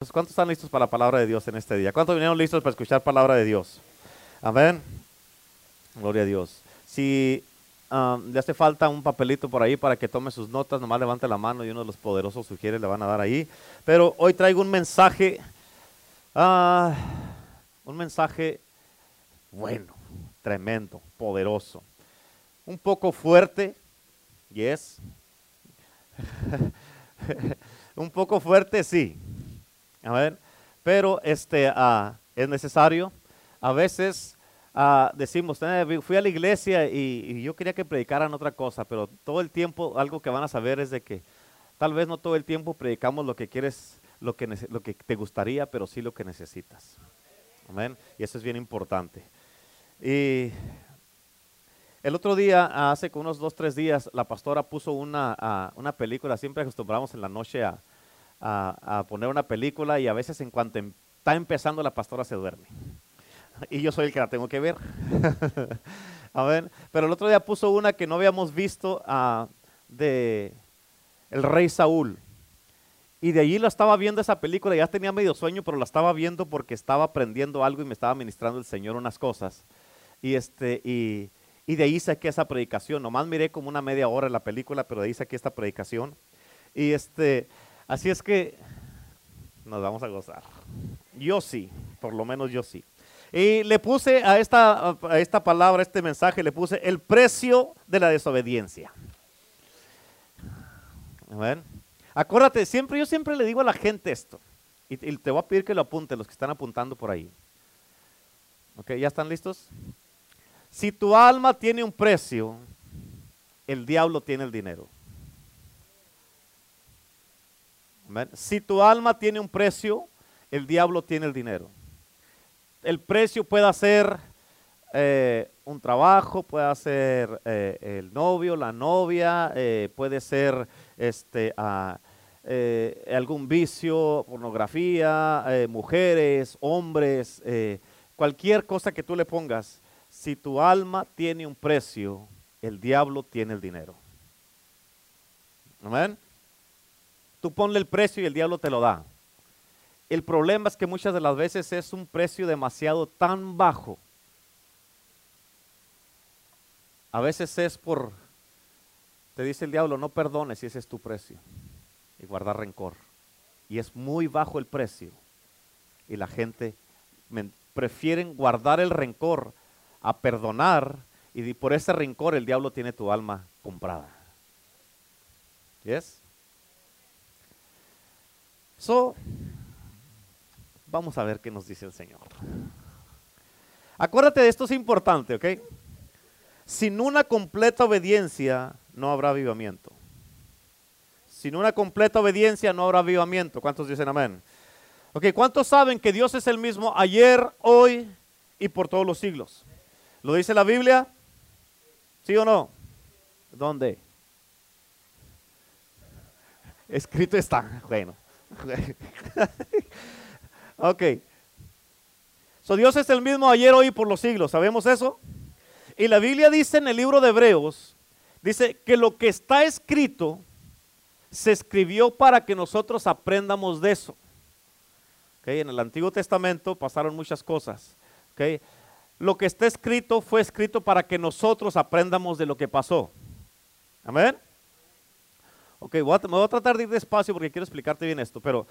listos? ¿Cuántos están listos para la palabra de Dios en este día? ¿Cuántos vinieron listos para escuchar palabra de Dios? Amén. Gloria a Dios. Si le hace falta un papelito por ahí para que tome sus notas, nomás levante la mano y uno de los poderosos sugieres le van a dar ahí. Pero hoy traigo un mensaje bueno, tremendo, poderoso. Un poco fuerte, yes. Un poco fuerte, sí. A ver, pero es necesario. A veces decimos, fui a la iglesia y yo quería que predicaran otra cosa, pero todo el tiempo algo que van a saber es de que tal vez no todo el tiempo predicamos lo que quieres, lo que te gustaría, pero sí lo que necesitas. Amén. Y eso es bien importante. Y el otro día, hace unos 2 o 3 días, la pastora puso una película. Siempre acostumbramos en la noche a poner una película y a veces en cuanto está empezando la pastora se duerme. Y yo soy el que la tengo que ver. Amén. Pero el otro día puso una que no habíamos visto de el rey Saúl. Y de allí la estaba viendo esa película, ya tenía medio sueño, pero la estaba viendo porque estaba aprendiendo algo y me estaba ministrando el Señor unas cosas. Y de ahí saqué esa predicación. Nomás miré como una media hora en la película, pero de ahí saqué esta predicación. Y así es que nos vamos a gozar. Yo sí, por lo menos yo sí. Y le puse a esta palabra, este mensaje, le puse el precio de la desobediencia. Amén. Acuérdate, yo siempre le digo a la gente esto, y te voy a pedir que lo apunten, los que están apuntando por ahí. ¿Ok? ¿Ya están listos? Si tu alma tiene un precio, el diablo tiene el dinero. ¿Amén? Si tu alma tiene un precio, el diablo tiene el dinero. El precio puede ser un trabajo, puede ser el novio, la novia, puede ser algún vicio, pornografía, mujeres, hombres, cualquier cosa que tú le pongas. Si tu alma tiene un precio, el diablo tiene el dinero. Amén. Tú ponle el precio y el diablo te lo da. El problema es que muchas de las veces es un precio demasiado tan bajo. A veces te dice el diablo, no perdones, y ese es tu precio. Y guardar rencor. Y es muy bajo el precio. Y la gente prefieren guardar el rencor a perdonar, y por ese rencor el diablo tiene tu alma comprada. ¿Yes? Vamos a ver qué nos dice el Señor. Acuérdate de esto, es importante, ¿ok? Sin una completa obediencia no habrá avivamiento. Sin una completa obediencia no habrá avivamiento. ¿Cuántos dicen amén? Ok, ¿cuántos saben que Dios es el mismo ayer, hoy y por todos los siglos? ¿Lo dice la Biblia? ¿Sí o no? ¿Dónde? Escrito está. Bueno. Ok. Dios es el mismo ayer, hoy y por los siglos. ¿Sabemos eso? Y la Biblia dice en el libro de Hebreos, dice que lo que está escrito se escribió para que nosotros aprendamos de eso. Okay, en el Antiguo Testamento pasaron muchas cosas. Okay. Lo que está escrito fue escrito para que nosotros aprendamos de lo que pasó. Amén. Ok, me voy a tratar de ir despacio porque quiero explicarte bien esto, pero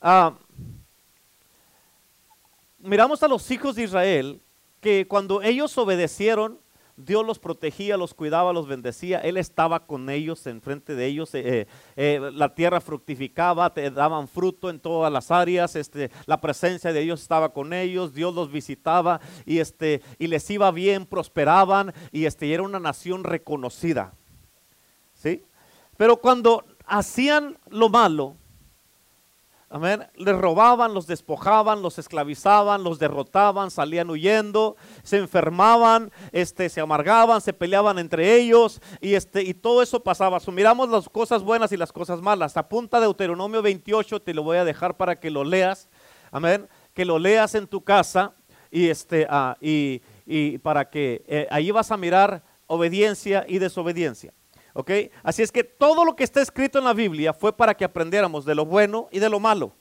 miramos a los hijos de Israel que cuando ellos obedecieron, Dios los protegía, los cuidaba, los bendecía. Él estaba con ellos, enfrente de ellos. La tierra fructificaba, te daban fruto en todas las áreas. La presencia de Dios estaba con ellos. Dios los visitaba y les iba bien, prosperaban y era una nación reconocida. ¿Sí? Pero cuando hacían lo malo, amén, les robaban, los despojaban, los esclavizaban, los derrotaban, salían huyendo, se enfermaban, se amargaban, se peleaban entre ellos y todo eso pasaba. Miramos las cosas buenas y las cosas malas. Apunta Deuteronomio 28, te lo voy a dejar para que lo leas, amén, que lo leas en tu casa y para que ahí vas a mirar obediencia y desobediencia. ¿Ok? Así es que todo lo que está escrito en la Biblia fue para que aprendiéramos de lo bueno y de lo malo.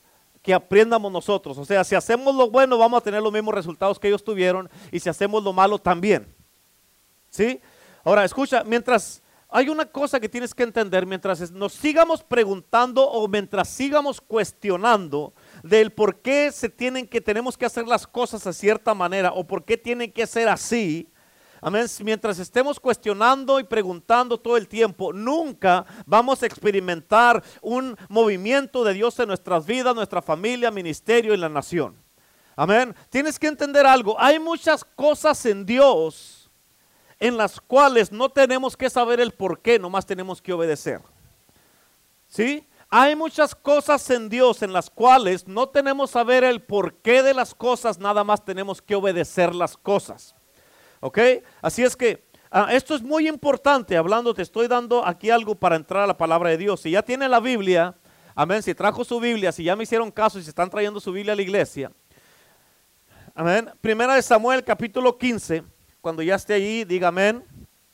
que aprendamos nosotros. O sea, si hacemos lo bueno, vamos a tener los mismos resultados que ellos tuvieron, y si hacemos lo malo también. ¿Sí? Ahora, escucha, mientras hay una cosa que tienes que entender, mientras nos sigamos preguntando o mientras sigamos cuestionando del por qué tenemos que hacer las cosas de cierta manera o por qué tienen que ser así. Amén. Mientras estemos cuestionando y preguntando todo el tiempo, nunca vamos a experimentar un movimiento de Dios en nuestras vidas, nuestra familia, ministerio y la nación. Amén. Tienes que entender algo. Hay muchas cosas en Dios en las cuales no tenemos que saber el por qué, nomás tenemos que obedecer. ¿Sí? Hay muchas cosas en Dios en las cuales no tenemos que saber el porqué de las cosas, nada más tenemos que obedecer las cosas. ¿Ok? Así es que esto es muy importante. Hablando, te estoy dando aquí algo para entrar a la palabra de Dios. Si ya tiene la Biblia, amén, si trajo su Biblia, si ya me hicieron caso y si están trayendo su Biblia a la iglesia, amén. Primera de Samuel, capítulo 15, cuando ya esté allí, diga amén.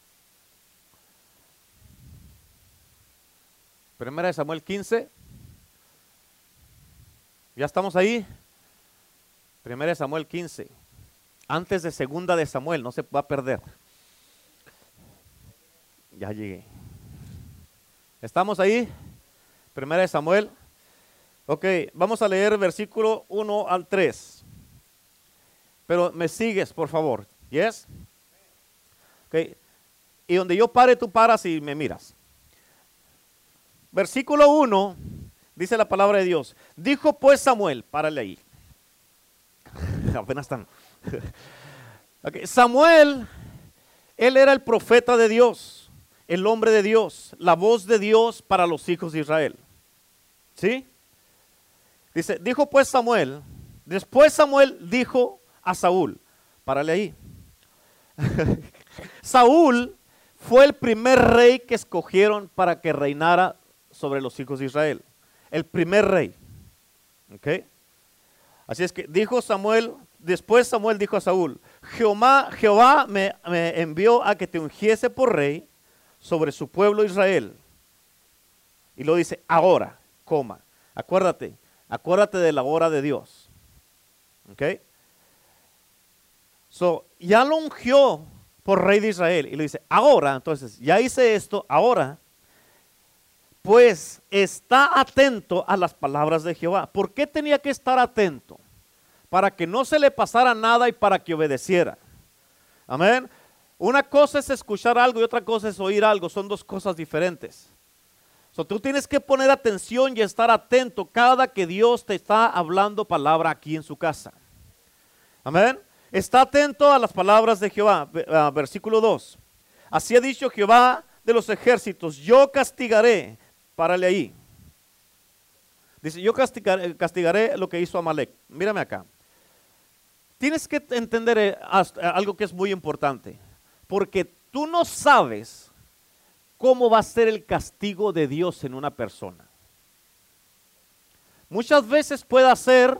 Primera de Samuel 15. ¿Ya estamos ahí? Primera de Samuel 15. Antes de segunda de Samuel, no se va a perder. Ya llegué. ¿Estamos ahí? Primera de Samuel. Ok, vamos a leer versículo 1 al 3. Pero me sigues, por favor. ¿Yes? Ok. Y donde yo pare, tú paras y me miras. Versículo 1, dice la palabra de Dios. Dijo pues Samuel, párale ahí. Apenas están. Okay. Samuel, él era el profeta de Dios, el hombre de Dios, la voz de Dios para los hijos de Israel. ¿Sí? Dice, dijo pues Samuel, después Samuel dijo a Saúl, párale ahí. Saúl fue el primer rey que escogieron para que reinara sobre los hijos de Israel. El primer rey. ¿Ok? Así es que dijo Samuel, después Samuel dijo a Saúl, Jehová me envió a que te ungiese por rey sobre su pueblo Israel. Y lo dice, ahora, coma. Acuérdate de la hora de Dios. ¿Ok? So, ya lo ungió por rey de Israel. Y le dice, ahora, entonces, ya hice esto, ahora, pues está atento a las palabras de Jehová. ¿Por qué tenía que estar atento? Para que no se le pasara nada y para que obedeciera. Amén. Una cosa es escuchar algo y otra cosa es oír algo. Son dos cosas diferentes. So, tú tienes que poner atención y estar atento cada que Dios te está hablando palabra aquí en su casa. Amén. Está atento a las palabras de Jehová. Versículo 2. Así ha dicho Jehová de los ejércitos, yo castigaré. Párale ahí. Dice, yo castigaré lo que hizo Amalek. Mírame acá. Tienes que entender algo que es muy importante. Porque tú no sabes cómo va a ser el castigo de Dios en una persona. Muchas veces puede ser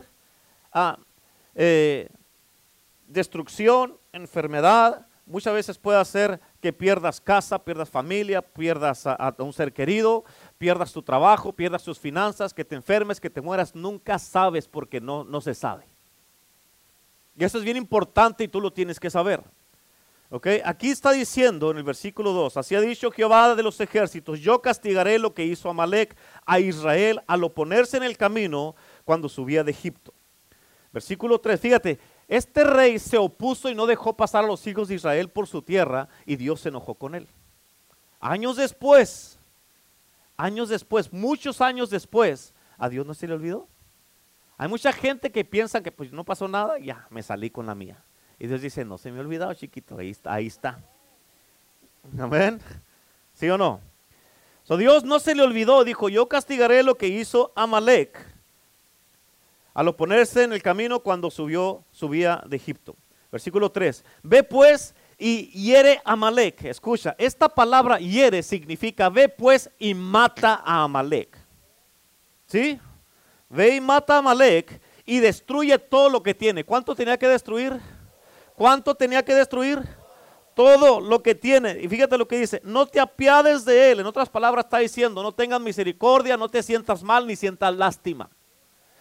destrucción, enfermedad. Muchas veces puede ser que pierdas casa, pierdas familia, pierdas a un ser querido, pierdas tu trabajo, pierdas tus finanzas, que te enfermes, que te mueras. Nunca sabes porque no se sabe. Y eso es bien importante y tú lo tienes que saber. Okay. Aquí está diciendo en el versículo 2, así ha dicho Jehová de los ejércitos, yo castigaré lo que hizo Amalek a Israel al oponerse en el camino cuando subía de Egipto. Versículo 3, fíjate, este rey se opuso y no dejó pasar a los hijos de Israel por su tierra y Dios se enojó con él. Años después, muchos años después, ¿a Dios no se le olvidó? Hay mucha gente que piensa que pues no pasó nada, ya me salí con la mía. Y Dios dice, no se me ha olvidado, chiquito, ahí está. Amén. ¿Sí o no? So, Dios no se le olvidó, dijo, yo castigaré lo que hizo Amalek al oponerse en el camino cuando subía de Egipto. Versículo 3. Ve pues y hiere a Amalek. Escucha, esta palabra hiere significa ve pues y mata a Amalek. ¿Sí? Ve y mata a Amalek y destruye todo lo que tiene. ¿Cuánto tenía que destruir? ¿Cuánto tenía que destruir? Todo lo que tiene. Y fíjate lo que dice, no te apiades de él. En otras palabras está diciendo, no tengas misericordia, no te sientas mal ni sientas lástima.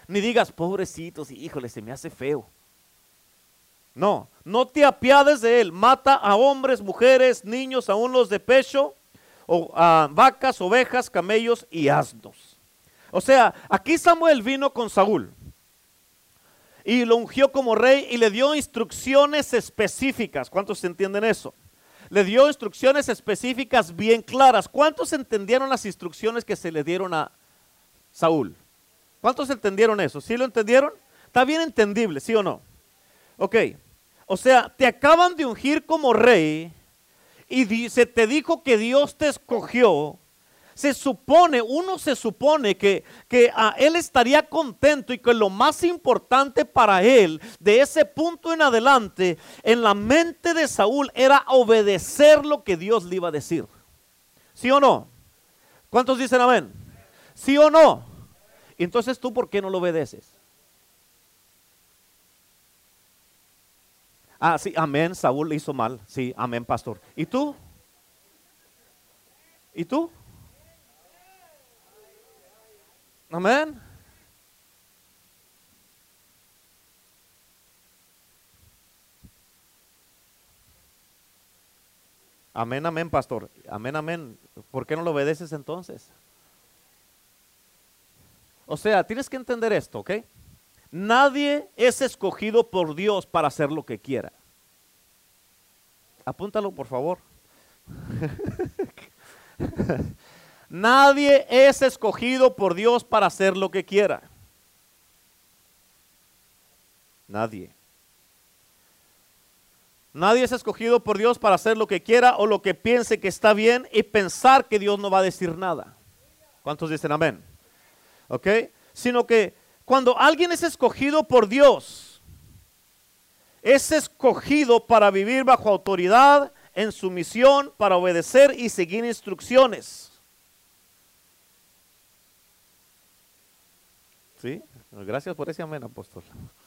Ni digas, pobrecitos, híjole, se me hace feo. No, no te apiades de él. Mata a hombres, mujeres, niños, aún los de pecho, o a vacas, ovejas, camellos y asnos. O sea, aquí Samuel vino con Saúl y lo ungió como rey y le dio instrucciones específicas. ¿Cuántos entienden eso? Le dio instrucciones específicas bien claras. ¿Cuántos entendieron las instrucciones que se le dieron a Saúl? ¿Cuántos entendieron eso? ¿Sí lo entendieron? Está bien entendible, ¿sí o no? Ok, o sea, te acaban de ungir como rey y se te dijo que Dios te escogió. Uno se supone que él estaría contento y que lo más importante para él, de ese punto en adelante, en la mente de Saúl era obedecer lo que Dios le iba a decir. ¿Sí o no? ¿Cuántos dicen amén? ¿Sí o no? Entonces, ¿tú por qué no lo obedeces? Ah, sí, amén, Saúl le hizo mal. Sí, amén, pastor. ¿Y tú? ¿Y tú? Amén. Amén, amén, pastor. Amén, amén. ¿Por qué no lo obedeces entonces? O sea, tienes que entender esto, ¿ok? Nadie es escogido por Dios para hacer lo que quiera. Apúntalo, por favor. Nadie es escogido por Dios para hacer lo que quiera. Nadie. Nadie es escogido por Dios para hacer lo que quiera o lo que piense que está bien y pensar que Dios no va a decir nada. ¿Cuántos dicen amén? ¿Ok? Sino que cuando alguien es escogido por Dios, es escogido para vivir bajo autoridad, en sumisión, para obedecer y seguir instrucciones. ¿Sí? Gracias por ese amén, apóstol.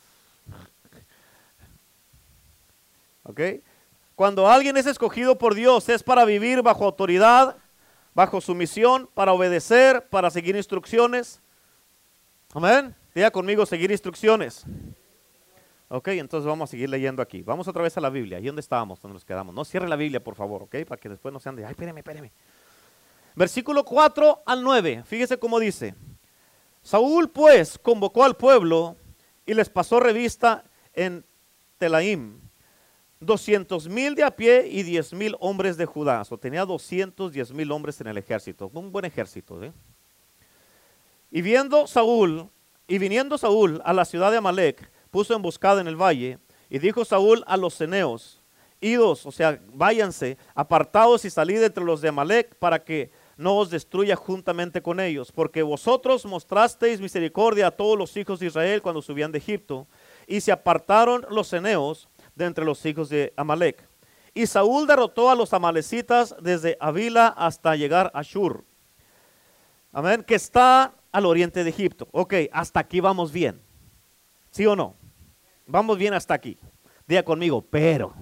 ¿Ok? Cuando alguien es escogido por Dios, es para vivir bajo autoridad, bajo sumisión, para obedecer, para seguir instrucciones. Amén. Diga conmigo, seguir instrucciones. Ok, entonces vamos a seguir leyendo aquí. Vamos otra vez a la Biblia. ¿Y dónde estábamos? ¿Dónde nos quedamos? No cierre la Biblia, por favor, ok, para que después no se ande. Ay, espéreme. Versículo 4 al 9. Fíjese cómo dice. Saúl pues convocó al pueblo y les pasó revista en Telaim 200,000 de a pie y 10,000 hombres de Judá. O tenía 210,000 hombres en el ejército. Un buen ejército, ¿eh? Y viniendo Saúl a la ciudad de Amalec, puso emboscada en el valle, y dijo Saúl a los ceneos, idos, o sea, váyanse, apartaos y salid entre los de Amalec, para que no os destruya juntamente con ellos, porque vosotros mostrasteis misericordia a todos los hijos de Israel cuando subían de Egipto, y se apartaron los ceneos de entre los hijos de Amalec. Y Saúl derrotó a los amalecitas desde Avila hasta llegar a Shur. Amén, que está al oriente de Egipto. Ok, hasta aquí vamos bien. ¿Sí o no? Vamos bien hasta aquí. Diga conmigo, pero.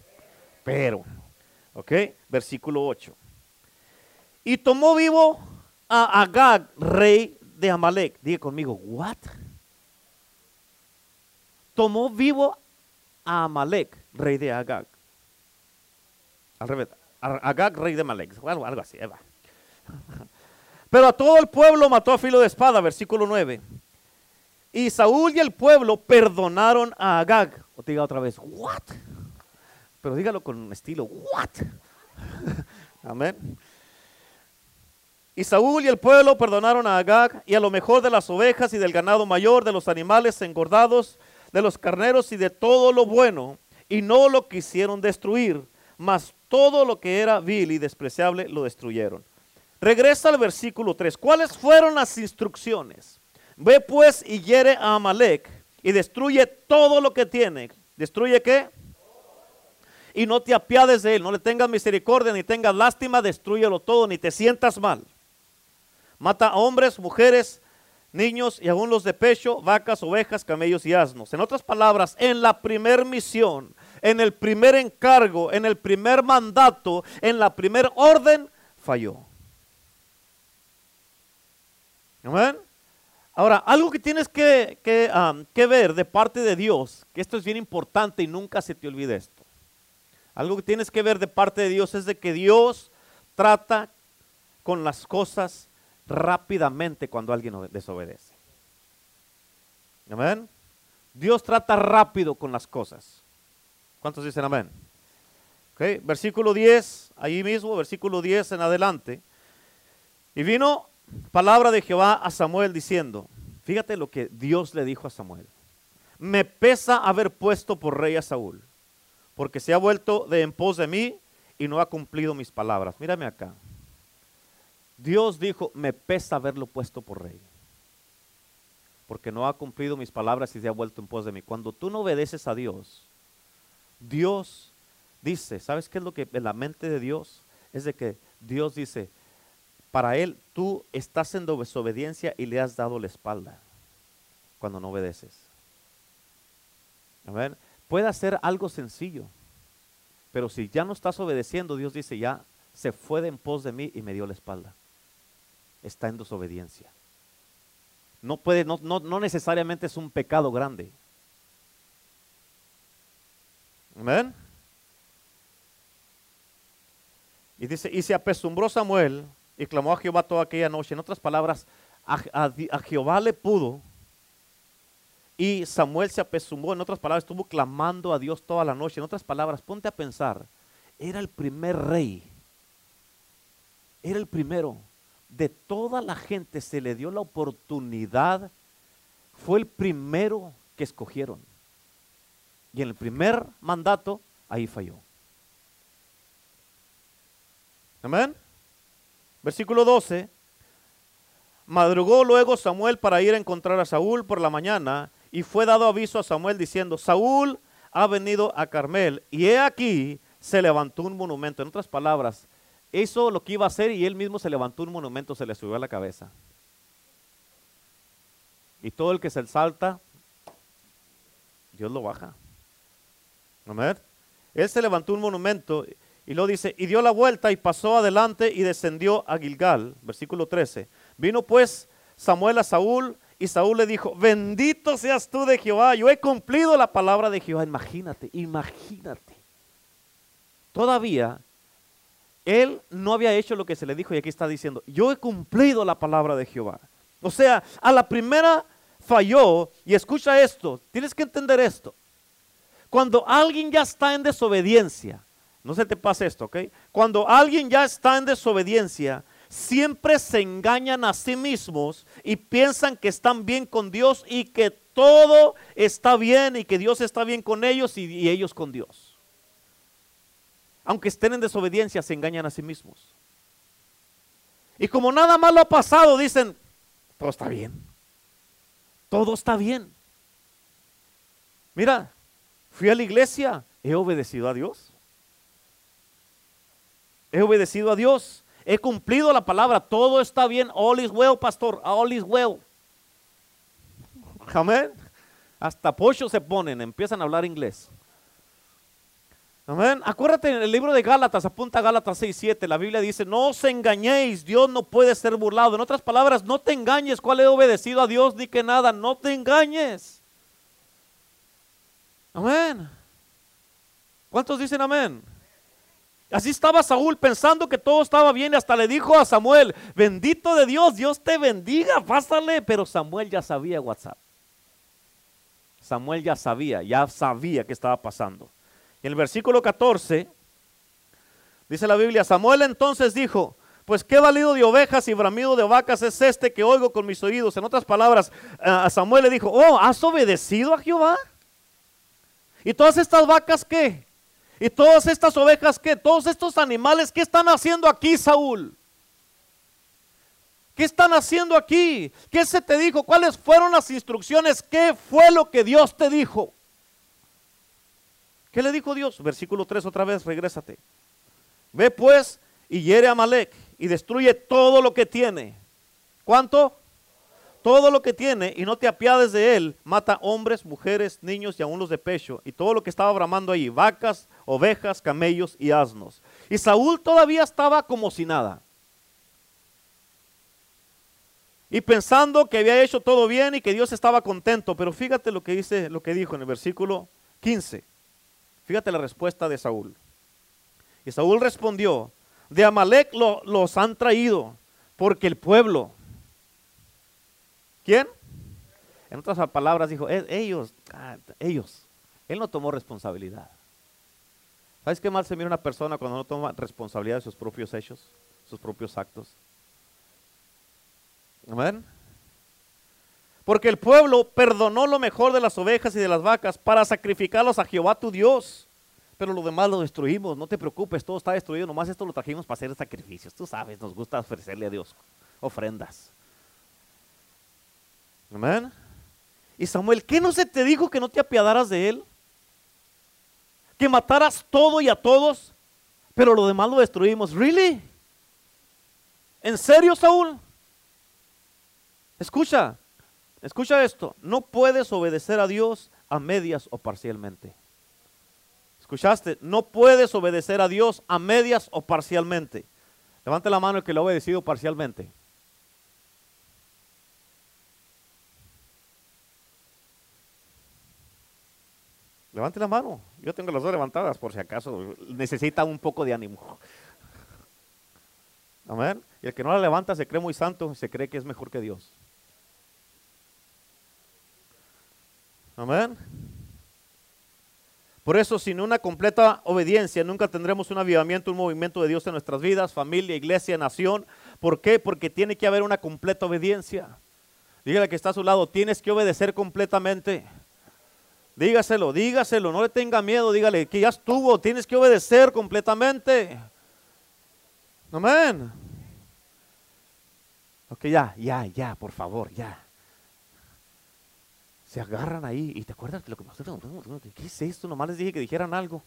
Ok, versículo 8. Y tomó vivo a Agag, rey de Amalec. Diga conmigo, what? Tomó vivo a Amalec, rey de Agag. Al revés, Agag, rey de Amalek. Algo así, va. Pero a todo el pueblo mató a filo de espada, versículo 9. Y Saúl y el pueblo perdonaron a Agag. O te diga otra vez, what? Pero dígalo con un estilo, what? Amén. Y Saúl y el pueblo perdonaron a Agag y a lo mejor de las ovejas y del ganado mayor, de los animales engordados, de los carneros y de todo lo bueno, y no lo quisieron destruir, mas todo lo que era vil y despreciable lo destruyeron. Regresa al versículo 3. ¿Cuáles fueron las instrucciones? Ve pues y hiere a Amalec y destruye todo lo que tiene. ¿Destruye qué? Y no te apiades de él, no le tengas misericordia ni tengas lástima, destrúyelo todo, ni te sientas mal. Mata a hombres, mujeres, niños y aún los de pecho, vacas, ovejas, camellos y asnos. En otras palabras, en la primer misión, en el primer encargo, en el primer mandato, en la primer orden, falló. ¿Amén? Ahora, algo que tienes que ver de parte de Dios, que esto es bien importante y nunca se te olvide esto. Algo que tienes que ver de parte de Dios es de que Dios trata con las cosas rápidamente cuando alguien desobedece. Amén. Dios trata rápido con las cosas. ¿Cuántos dicen amén? Okay. Versículo 10, ahí mismo, versículo 10 en adelante. Y vino palabra de Jehová a Samuel diciendo, fíjate lo que Dios le dijo a Samuel. Me pesa haber puesto por rey a Saúl, porque se ha vuelto de en pos de mí y no ha cumplido mis palabras. Mírame acá. Dios dijo, me pesa haberlo puesto por rey, porque no ha cumplido mis palabras y se ha vuelto en pos de mí. Cuando tú no obedeces a Dios, Dios dice, ¿sabes qué es lo que en la mente de Dios? Es de que Dios dice, para Él tú estás en desobediencia y le has dado la espalda cuando no obedeces. Amén. Puede hacer algo sencillo, pero si ya no estás obedeciendo, Dios dice, ya se fue de en pos de mí y me dio la espalda. Está en desobediencia. No puede, no necesariamente es un pecado grande. Amén. Y dice, y se apesumbró Samuel y clamó a Jehová toda aquella noche. En otras palabras, a Jehová le pudo. Y Samuel se apesumbró, en otras palabras, estuvo clamando a Dios toda la noche. En otras palabras, ponte a pensar, era el primer rey. Era el primero. De toda la gente se le dio la oportunidad. Fue el primero que escogieron. Y en el primer mandato, ahí falló. Amén. Versículo 12. Madrugó luego Samuel para ir a encontrar a Saúl por la mañana, y fue dado aviso a Samuel diciendo, Saúl ha venido a Carmel, y he aquí se levantó un monumento. En otras palabras, hizo lo que iba a hacer y él mismo se levantó un monumento, se le subió a la cabeza. Y todo el que se salta, Dios lo baja. Amén. Él se levantó un monumento y lo dice, y dio la vuelta y pasó adelante y descendió a Gilgal. Versículo 13. Vino pues Samuel a Saúl y Saúl le dijo, bendito seas tú de Jehová, yo he cumplido la palabra de Jehová. Imagínate. Todavía él no había hecho lo que se le dijo y aquí está diciendo, yo he cumplido la palabra de Jehová. O sea, a la primera falló. Y escucha esto, tienes que entender esto. Cuando alguien ya está en desobediencia, no se te pase esto, ¿ok? Cuando alguien ya está en desobediencia, siempre se engañan a sí mismos y piensan que están bien con Dios y que todo está bien y que Dios está bien con ellos y ellos con Dios. Aunque estén en desobediencia, se engañan a sí mismos. Y como nada malo ha pasado, dicen, todo está bien. Todo está bien. Mira, fui a la iglesia, he obedecido a Dios. He obedecido a Dios. He cumplido la palabra, todo está bien. All is well, pastor, all is well. Amén. Hasta pochos se ponen, empiezan a hablar inglés. Amén. Acuérdate en el libro de Gálatas, apunta a Gálatas 6:7, la Biblia dice, no os engañéis, Dios no puede ser burlado. En otras palabras, no te engañes, ¿cuál he obedecido a Dios? Ni que nada, no te engañes. Amén. ¿Cuántos dicen amén? Así estaba Saúl pensando que todo estaba bien y hasta le dijo a Samuel, bendito de Dios, Dios te bendiga, pásale. Pero Samuel ya sabía WhatsApp. Samuel ya sabía qué estaba pasando. En el versículo 14, dice la Biblia, Samuel entonces dijo, pues qué balido de ovejas y bramido de vacas es este que oigo con mis oídos. En otras palabras, a Samuel le dijo, oh, ¿has obedecido a Jehová? ¿Y todas estas vacas qué? ¿Y todas estas ovejas qué? ¿Todos estos animales qué están haciendo aquí, Saúl? ¿Qué están haciendo aquí? ¿Qué se te dijo? ¿Cuáles fueron las instrucciones? ¿Qué fue lo que Dios te dijo? ¿Qué le dijo Dios? Versículo 3 otra vez, regrésate. Ve pues y hiere a Amalek y destruye todo lo que tiene. ¿Cuánto? Todo lo que tiene y no te apiades de él. Mata hombres, mujeres, niños y aún los de pecho y todo lo que estaba bramando allí, vacas, ovejas, camellos y asnos. Y Saúl todavía estaba como si nada. y pensando que había hecho todo bien y que Dios estaba contento. Pero fíjate lo que dice, lo que dijo en el versículo 15. Fíjate la respuesta de Saúl. Y Saúl respondió: de Amalec los han traído, porque el pueblo. ¿Quién? En otras palabras dijo, ellos. Él no tomó responsabilidad. ¿Sabes qué mal se mira una persona cuando no toma responsabilidad de sus propios hechos, sus propios actos? Amén. Porque el pueblo perdonó lo mejor de las ovejas y de las vacas para sacrificarlos a Jehová tu Dios. Pero lo demás lo destruimos, no te preocupes, todo está destruido, nomás esto lo trajimos para hacer sacrificios. Tú sabes, nos gusta ofrecerle a Dios ofrendas. Amén. Y Samuel, ¿qué no se te dijo que no te apiadaras de él? Que mataras todo y a todos, pero lo demás lo destruimos. ¿Really? ¿En serio, Saúl? Escucha esto. No puedes obedecer a Dios a medias o parcialmente. ¿Escuchaste? No puedes obedecer a Dios a medias o parcialmente. Levante la mano el que lo ha obedecido parcialmente. Levante la mano. Yo tengo las dos levantadas por si acaso necesita un poco de ánimo. Amén. Y el que no la levanta se cree muy santo, se cree que es mejor que Dios. Amén. Por eso, sin una completa obediencia, nunca tendremos un avivamiento, un movimiento de Dios en nuestras vidas, familia, iglesia, nación. ¿Por qué? Porque tiene que haber una completa obediencia. Dígale que está a su lado, tienes que obedecer completamente. Dígaselo, no le tenga miedo, dígale que ya estuvo, tienes que obedecer completamente. Amén. Ok, ya, por favor, ya. Se agarran ahí y te acuerdas de lo que pasó. ¿Qué es esto? Nomás les dije que dijeran algo.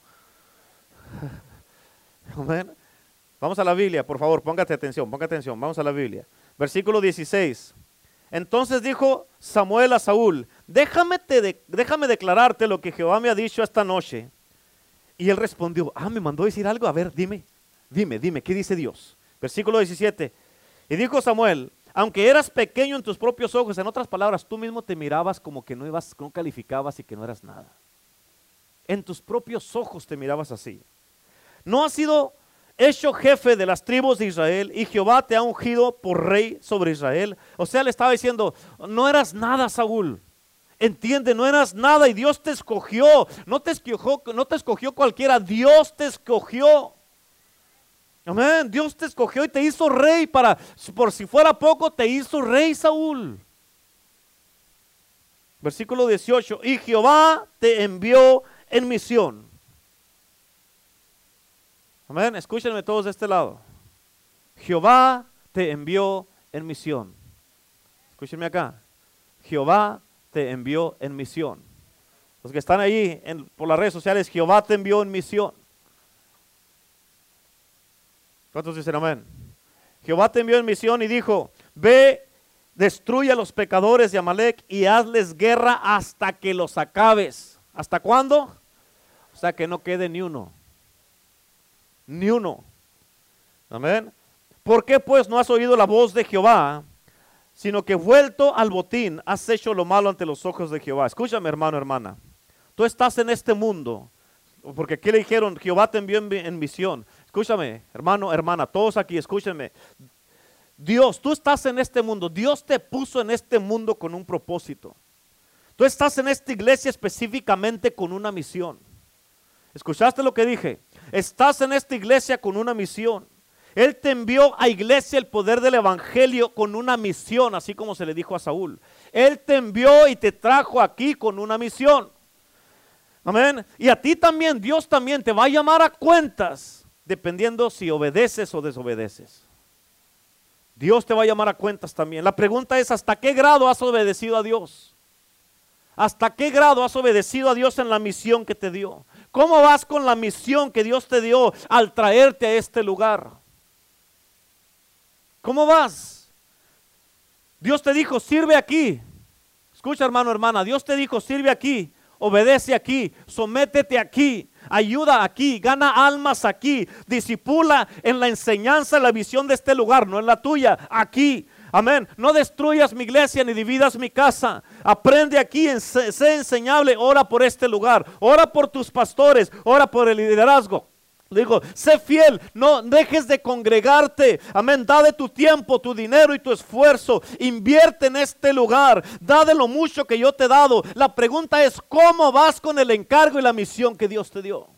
Amén. Vamos a la Biblia, por favor, ponga atención. Vamos a la Biblia. Versículo 16. Entonces dijo Samuel a Saúl: déjame declararte lo que Jehová me ha dicho esta noche. Y él respondió: me mandó decir algo. A ver, dime, ¿qué dice Dios? Versículo 17. Y dijo Samuel: aunque eras pequeño en tus propios ojos, en otras palabras, tú mismo te mirabas como que no calificabas y que no eras nada. En tus propios ojos te mirabas así. No has sido hecho jefe de las tribus de Israel y Jehová te ha ungido por rey sobre Israel. O sea, le estaba diciendo, no eras nada, Saúl. Entiende, no eras nada y Dios te escogió. No te escogió cualquiera, Dios te escogió. Amén, Dios te escogió y te hizo rey por si fuera poco, te hizo rey, Saúl. Versículo 18, y Jehová te envió en misión. Amén, escúchenme todos de este lado. Jehová te envió en misión. Escúchenme acá. Jehová te envió en misión. Los que están ahí por las redes sociales, Jehová te envió en misión. ¿Cuántos dicen amén? Jehová te envió en misión y dijo: ve, destruye a los pecadores de Amalec y hazles guerra hasta que los acabes. ¿Hasta cuándo? Hasta que no quede ni uno. Ni uno. Amén. ¿Por qué pues no has oído la voz de Jehová, sino que vuelto al botín has hecho lo malo ante los ojos de Jehová? Escúchame, hermano, hermana. Tú estás en este mundo, porque aquí le dijeron, Jehová te envió en misión. Escúchame, hermano, hermana, todos aquí, escúchenme. Dios, tú estás en este mundo. Dios te puso en este mundo con un propósito. Tú estás en esta iglesia específicamente con una misión. ¿Escuchaste lo que dije? Estás en esta iglesia con una misión. Él te envió a iglesia el poder del evangelio con una misión, así como se le dijo a Saúl. Él te envió y te trajo aquí con una misión. Amén. Y a ti también, Dios también te va a llamar a cuentas, dependiendo si obedeces o desobedeces. Dios te va a llamar a cuentas también. La pregunta es, ¿hasta qué grado has obedecido a Dios? ¿Hasta qué grado has obedecido a Dios en la misión que te dio? ¿Cómo vas con la misión que Dios te dio al traerte a este lugar? ¿Cómo vas? Dios te dijo, sirve aquí. Escucha, hermano, hermana, Dios te dijo, sirve aquí, obedece aquí, sométete aquí, ayuda aquí, gana almas aquí, disipula en la enseñanza, en la visión de este lugar, no en la tuya, aquí. Amén. No destruyas mi iglesia ni dividas mi casa. Aprende aquí, sé enseñable. Ora por este lugar. Ora por tus pastores. Ora por el liderazgo. Digo, sé fiel, no dejes de congregarte. Amén. Da de tu tiempo, tu dinero y tu esfuerzo. Invierte en este lugar. Da de lo mucho que yo te he dado. La pregunta es, ¿cómo vas con el encargo y la misión que Dios te dio?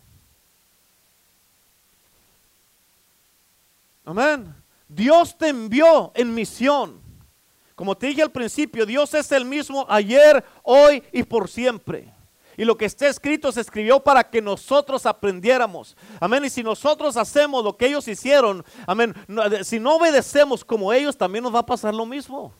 Amén. Dios te envió en misión. Como te dije al principio, Dios es el mismo ayer, hoy y por siempre. Y lo que está escrito se escribió para que nosotros aprendiéramos. Amén. Y si nosotros hacemos lo que ellos hicieron, amén, si no obedecemos como ellos, también nos va a pasar lo mismo.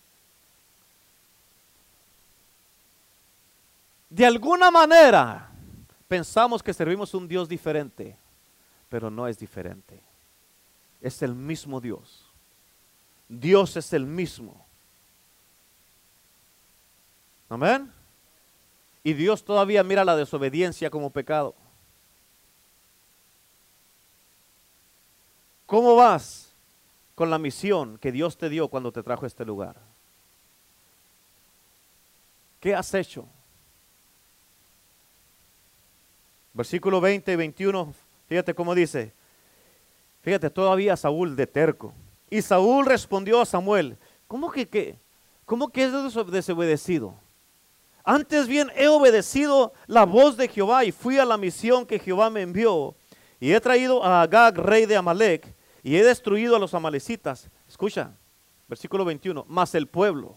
De alguna manera pensamos que servimos un Dios diferente, pero no es diferente. Es el mismo Dios. Dios es el mismo. Amén. Y Dios todavía mira la desobediencia como pecado. ¿Cómo vas con la misión que Dios te dio cuando te trajo a este lugar? ¿Qué has hecho? Versículo 20 y 21, fíjate cómo dice. Fíjate, todavía Saúl de terco. Y Saúl respondió a Samuel, ¿cómo que es desobedecido? Antes bien he obedecido la voz de Jehová y fui a la misión que Jehová me envió. Y he traído a Agag, rey de Amalec, y he destruido a los amalecitas. Escucha, versículo 21, más el pueblo,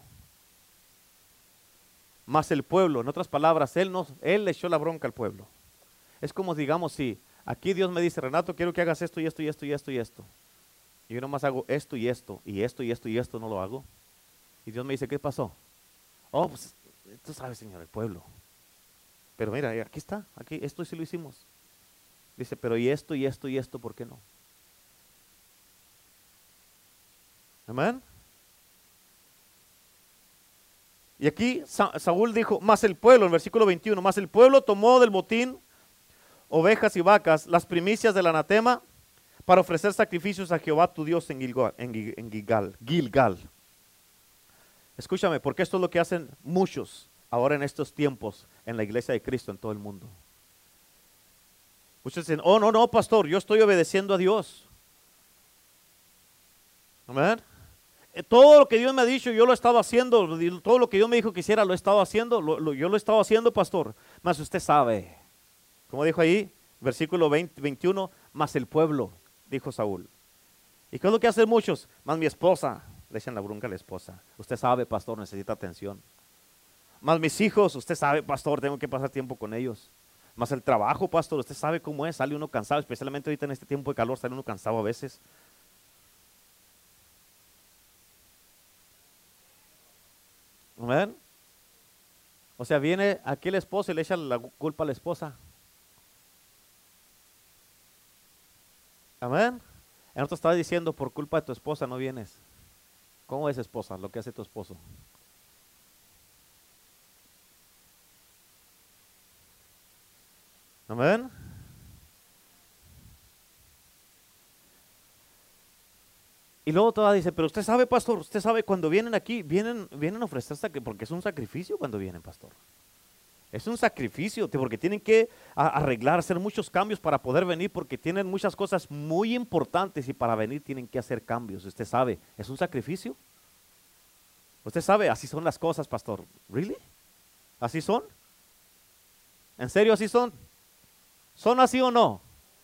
en otras palabras, él le echó la bronca al pueblo. Es como digamos si aquí Dios me dice, Renato, quiero que hagas esto y esto y esto y esto y esto. Y yo nomás hago esto y esto y esto y esto y esto, no lo hago. Y Dios me dice, ¿qué pasó? Oh, pues tú sabes, Señor, el pueblo. Pero mira, aquí está, aquí, esto sí lo hicimos. Dice, pero y esto y esto y esto, ¿por qué no? Amén. Y aquí Saúl dijo, más el pueblo, en versículo 21, más el pueblo tomó del botín ovejas y vacas, las primicias del anatema, para ofrecer sacrificios a Jehová tu Dios en Gilgal. Escúchame, porque esto es lo que hacen muchos ahora en estos tiempos en la iglesia de Cristo en todo el mundo. Muchos dicen, oh no, pastor, yo estoy obedeciendo a Dios. Amén. Todo lo que Dios me ha dicho, yo lo he estado haciendo. Todo lo que Dios me dijo que hiciera, lo he estado haciendo. Yo lo he estado haciendo, pastor. Mas usted sabe, como dijo ahí, versículo 21, más el pueblo, dijo Saúl. ¿Y qué es lo que hacen muchos? Más mi esposa, le echan la bronca a la esposa. Usted sabe, pastor, necesita atención. Más mis hijos, usted sabe, pastor, tengo que pasar tiempo con ellos. Más el trabajo, pastor, usted sabe cómo es, sale uno cansado, especialmente ahorita en este tiempo de calor, sale uno cansado a veces. ¿Ven? O sea, viene aquí el esposo y le echa la culpa a la esposa. Amén. En otro estaba diciendo, por culpa de tu esposa no vienes. ¿Cómo es, esposa, lo que hace tu esposo? Amén. Y luego toda dice, pero usted sabe, pastor, usted sabe cuando vienen aquí, vienen a ofrecer porque es un sacrificio cuando vienen, pastor. Es un sacrificio, porque tienen que arreglar, hacer muchos cambios para poder venir, porque tienen muchas cosas muy importantes y para venir tienen que hacer cambios. Usted sabe, es un sacrificio. Usted sabe, así son las cosas, pastor. ¿Really? ¿Así son? ¿En serio así son? ¿Son así o no?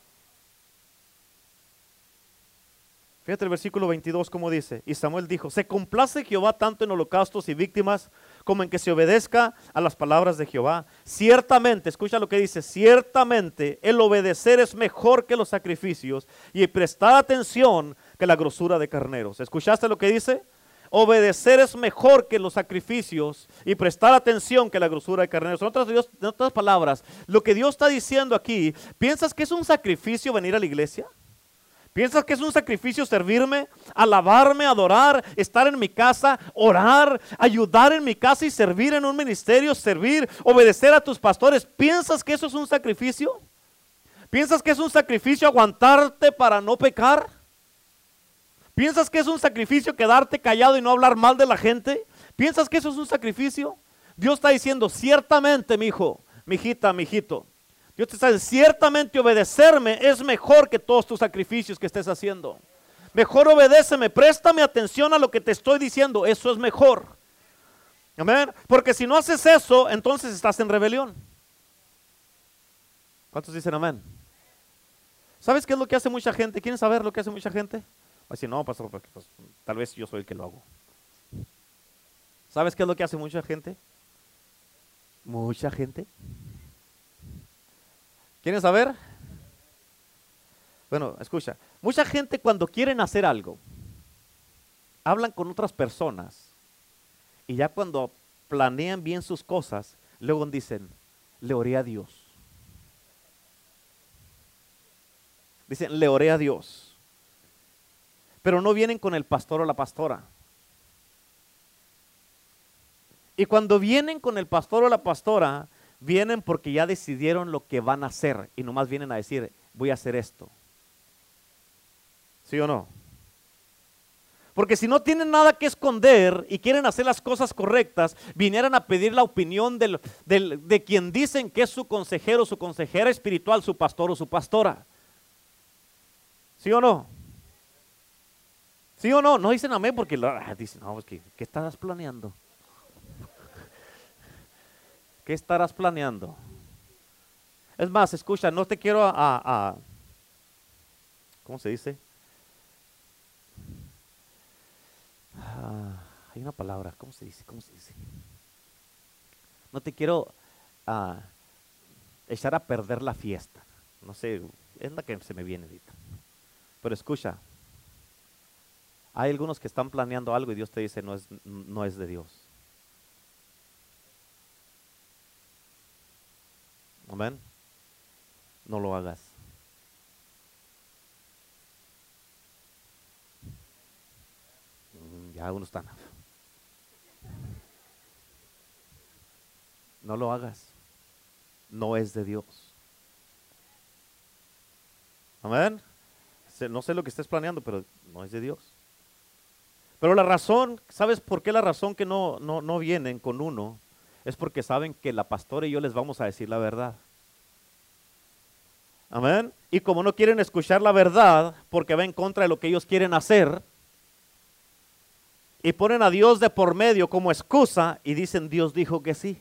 Fíjate el versículo 22 como dice, y Samuel dijo, se complace Jehová tanto en holocaustos y víctimas como en que se obedezca a las palabras de Jehová. Ciertamente, escucha lo que dice, ciertamente el obedecer es mejor que los sacrificios y prestar atención que la grosura de carneros. ¿Escuchaste lo que dice? Obedecer es mejor que los sacrificios y prestar atención que la grosura de carneros. En otras palabras, lo que Dios está diciendo aquí, ¿piensas que es un sacrificio venir a la iglesia? ¿Piensas que es un sacrificio servirme, alabarme, adorar, estar en mi casa, orar, ayudar en mi casa y servir en un ministerio, servir, obedecer a tus pastores? ¿Piensas que eso es un sacrificio? ¿Piensas que es un sacrificio aguantarte para no pecar? ¿Piensas que es un sacrificio quedarte callado y no hablar mal de la gente? ¿Piensas que eso es un sacrificio? Dios está diciendo, ciertamente, mi hijo, mi hijita, mi hijito. Dios te está diciendo, ciertamente obedecerme es mejor que todos tus sacrificios que estés haciendo. Mejor obedéceme, préstame atención a lo que te estoy diciendo, eso es mejor. Amén. Porque si no haces eso, entonces estás en rebelión. ¿Cuántos dicen amén? ¿Sabes qué es lo que hace mucha gente? ¿Quieren saber lo que hace mucha gente? Va a decir, no, pastor, porque, pues, tal vez yo soy el que lo hago. ¿Sabes qué es lo que hace mucha gente? Mucha gente. ¿Quieren saber? Bueno, escucha. Mucha gente cuando quieren hacer algo, hablan con otras personas y ya cuando planean bien sus cosas, luego dicen, le oré a Dios. Dicen, le oré a Dios. Pero no vienen con el pastor o la pastora. Y cuando vienen con el pastor o la pastora, vienen porque ya decidieron lo que van a hacer y nomás vienen a decir, voy a hacer esto. ¿Sí o no? Porque si no tienen nada que esconder y quieren hacer las cosas correctas, vinieran a pedir la opinión de quien dicen que es su consejero, su consejera espiritual, su pastor o su pastora. ¿Sí o no? ¿Sí o no? No dicen amén porque dicen, no, ¿qué estarás planeando? ¿Qué estarás planeando? Es más, escucha, no te quiero ¿cómo se dice? Hay una palabra, ¿cómo se dice? ¿Cómo se dice? No te quiero echar a perder la fiesta. No sé, es la que se me viene ahorita. Pero escucha, hay algunos que están planeando algo y Dios te dice no es de Dios. Amén. No lo hagas. Ya algunos están. No lo hagas. No es de Dios. Amén. No sé lo que estés planeando, pero no es de Dios. Pero la razón, ¿sabes por qué la razón que no vienen con uno? Es porque saben que la pastora y yo les vamos a decir la verdad. Amén. Y como no quieren escuchar la verdad, porque va en contra de lo que ellos quieren hacer, y ponen a Dios de por medio como excusa y dicen, Dios dijo que sí.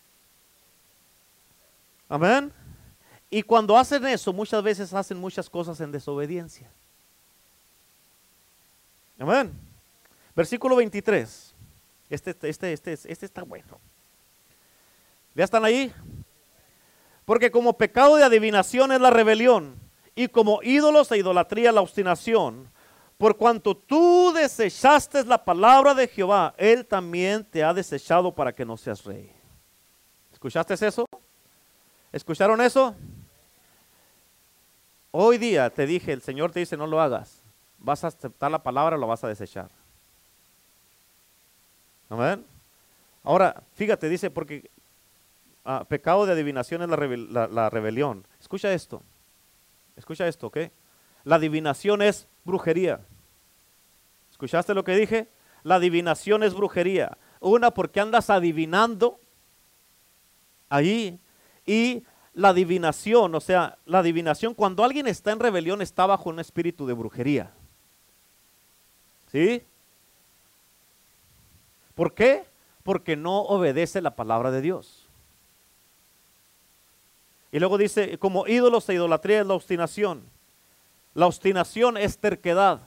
Amén. Y cuando hacen eso, muchas veces hacen muchas cosas en desobediencia. Amén. Versículo 23. Este está bueno. ¿Ya están ahí? Porque como pecado de adivinación es la rebelión, y como ídolos e idolatría la obstinación, por cuanto tú desechaste la palabra de Jehová, Él también te ha desechado para que no seas rey. ¿Escuchaste eso? ¿Escucharon eso? Hoy día te dije, el Señor te dice no lo hagas. ¿Vas a aceptar la palabra o lo vas a desechar? Amén. Ahora, fíjate, dice, porque pecado de adivinación es la rebelión. Escucha esto, ¿ok? La adivinación es brujería. ¿Escuchaste lo que dije? La adivinación es brujería. Una, porque andas adivinando ahí, y la adivinación, o sea, la adivinación, cuando alguien está en rebelión, está bajo un espíritu de brujería. ¿Sí? ¿Por qué? Porque no obedece la palabra de Dios. Y luego dice, como ídolos e idolatría es la obstinación. La obstinación es terquedad.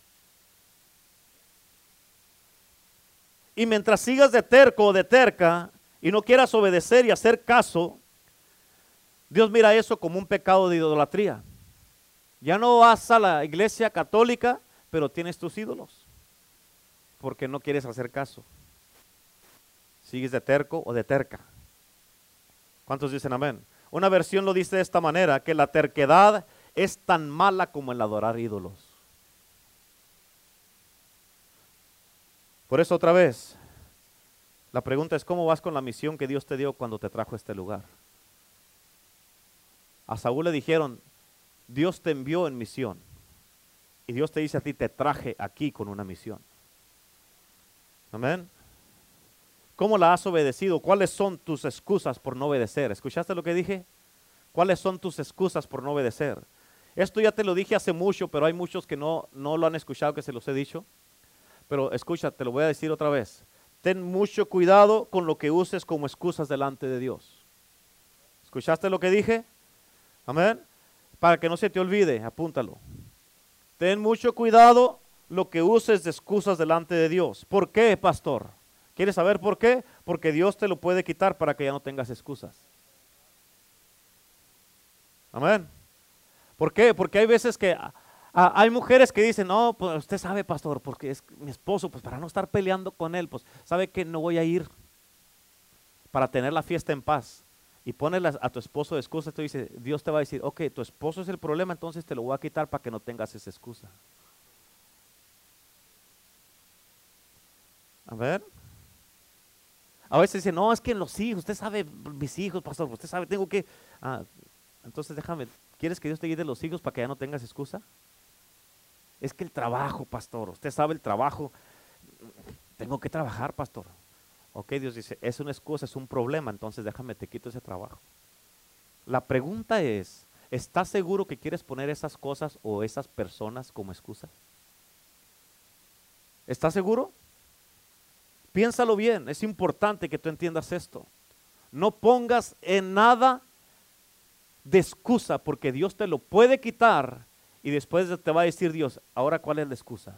Y mientras sigas de terco o de terca y no quieras obedecer y hacer caso, Dios mira eso como un pecado de idolatría. Ya no vas a la iglesia católica, pero tienes tus ídolos, porque no quieres hacer caso. Sigues de terco o de terca. ¿Cuántos dicen amén? Una versión lo dice de esta manera, que la terquedad es tan mala como el adorar ídolos. Por eso otra vez, la pregunta es, ¿cómo vas con la misión que Dios te dio cuando te trajo a este lugar? A Saúl le dijeron, Dios te envió en misión. Y Dios te dice a ti, te traje aquí con una misión. Amén. ¿Cómo la has obedecido? ¿Cuáles son tus excusas por no obedecer? ¿Escuchaste lo que dije? ¿Cuáles son tus excusas por no obedecer? Esto ya te lo dije hace mucho, pero hay muchos que no lo han escuchado, que se los he dicho. Pero escucha, te lo voy a decir otra vez. Ten mucho cuidado con lo que uses como excusas delante de Dios. ¿Escuchaste lo que dije? Amén. Para que no se te olvide, apúntalo. Ten mucho cuidado lo que uses de excusas delante de Dios. ¿Por qué, pastor? ¿Quieres saber por qué? Porque Dios te lo puede quitar para que ya no tengas excusas. Amén. ¿Por qué? Porque hay veces que hay mujeres que dicen, no, pues usted sabe, pastor, porque es mi esposo, pues para no estar peleando con él, pues sabe que no voy a ir para tener la fiesta en paz. Y pones a tu esposo de excusa, tú dices, Dios te va a decir, ok, tu esposo es el problema, entonces te lo voy a quitar para que no tengas esa excusa. A ver. A veces dicen, no, es que los hijos, usted sabe, mis hijos, pastor, usted sabe, tengo que... entonces déjame, ¿quieres que Dios te guíe los hijos para que ya no tengas excusa? Es que el trabajo, pastor, usted sabe el trabajo, tengo que trabajar, pastor. Ok, Dios dice, es una excusa, es un problema, entonces déjame, te quito ese trabajo. La pregunta es, ¿estás seguro que quieres poner esas cosas o esas personas como excusa? ¿Estás seguro? Piénsalo bien, es importante que tú entiendas esto. No pongas en nada de excusa, porque Dios te lo puede quitar y después te va a decir Dios, ahora ¿cuál es la excusa?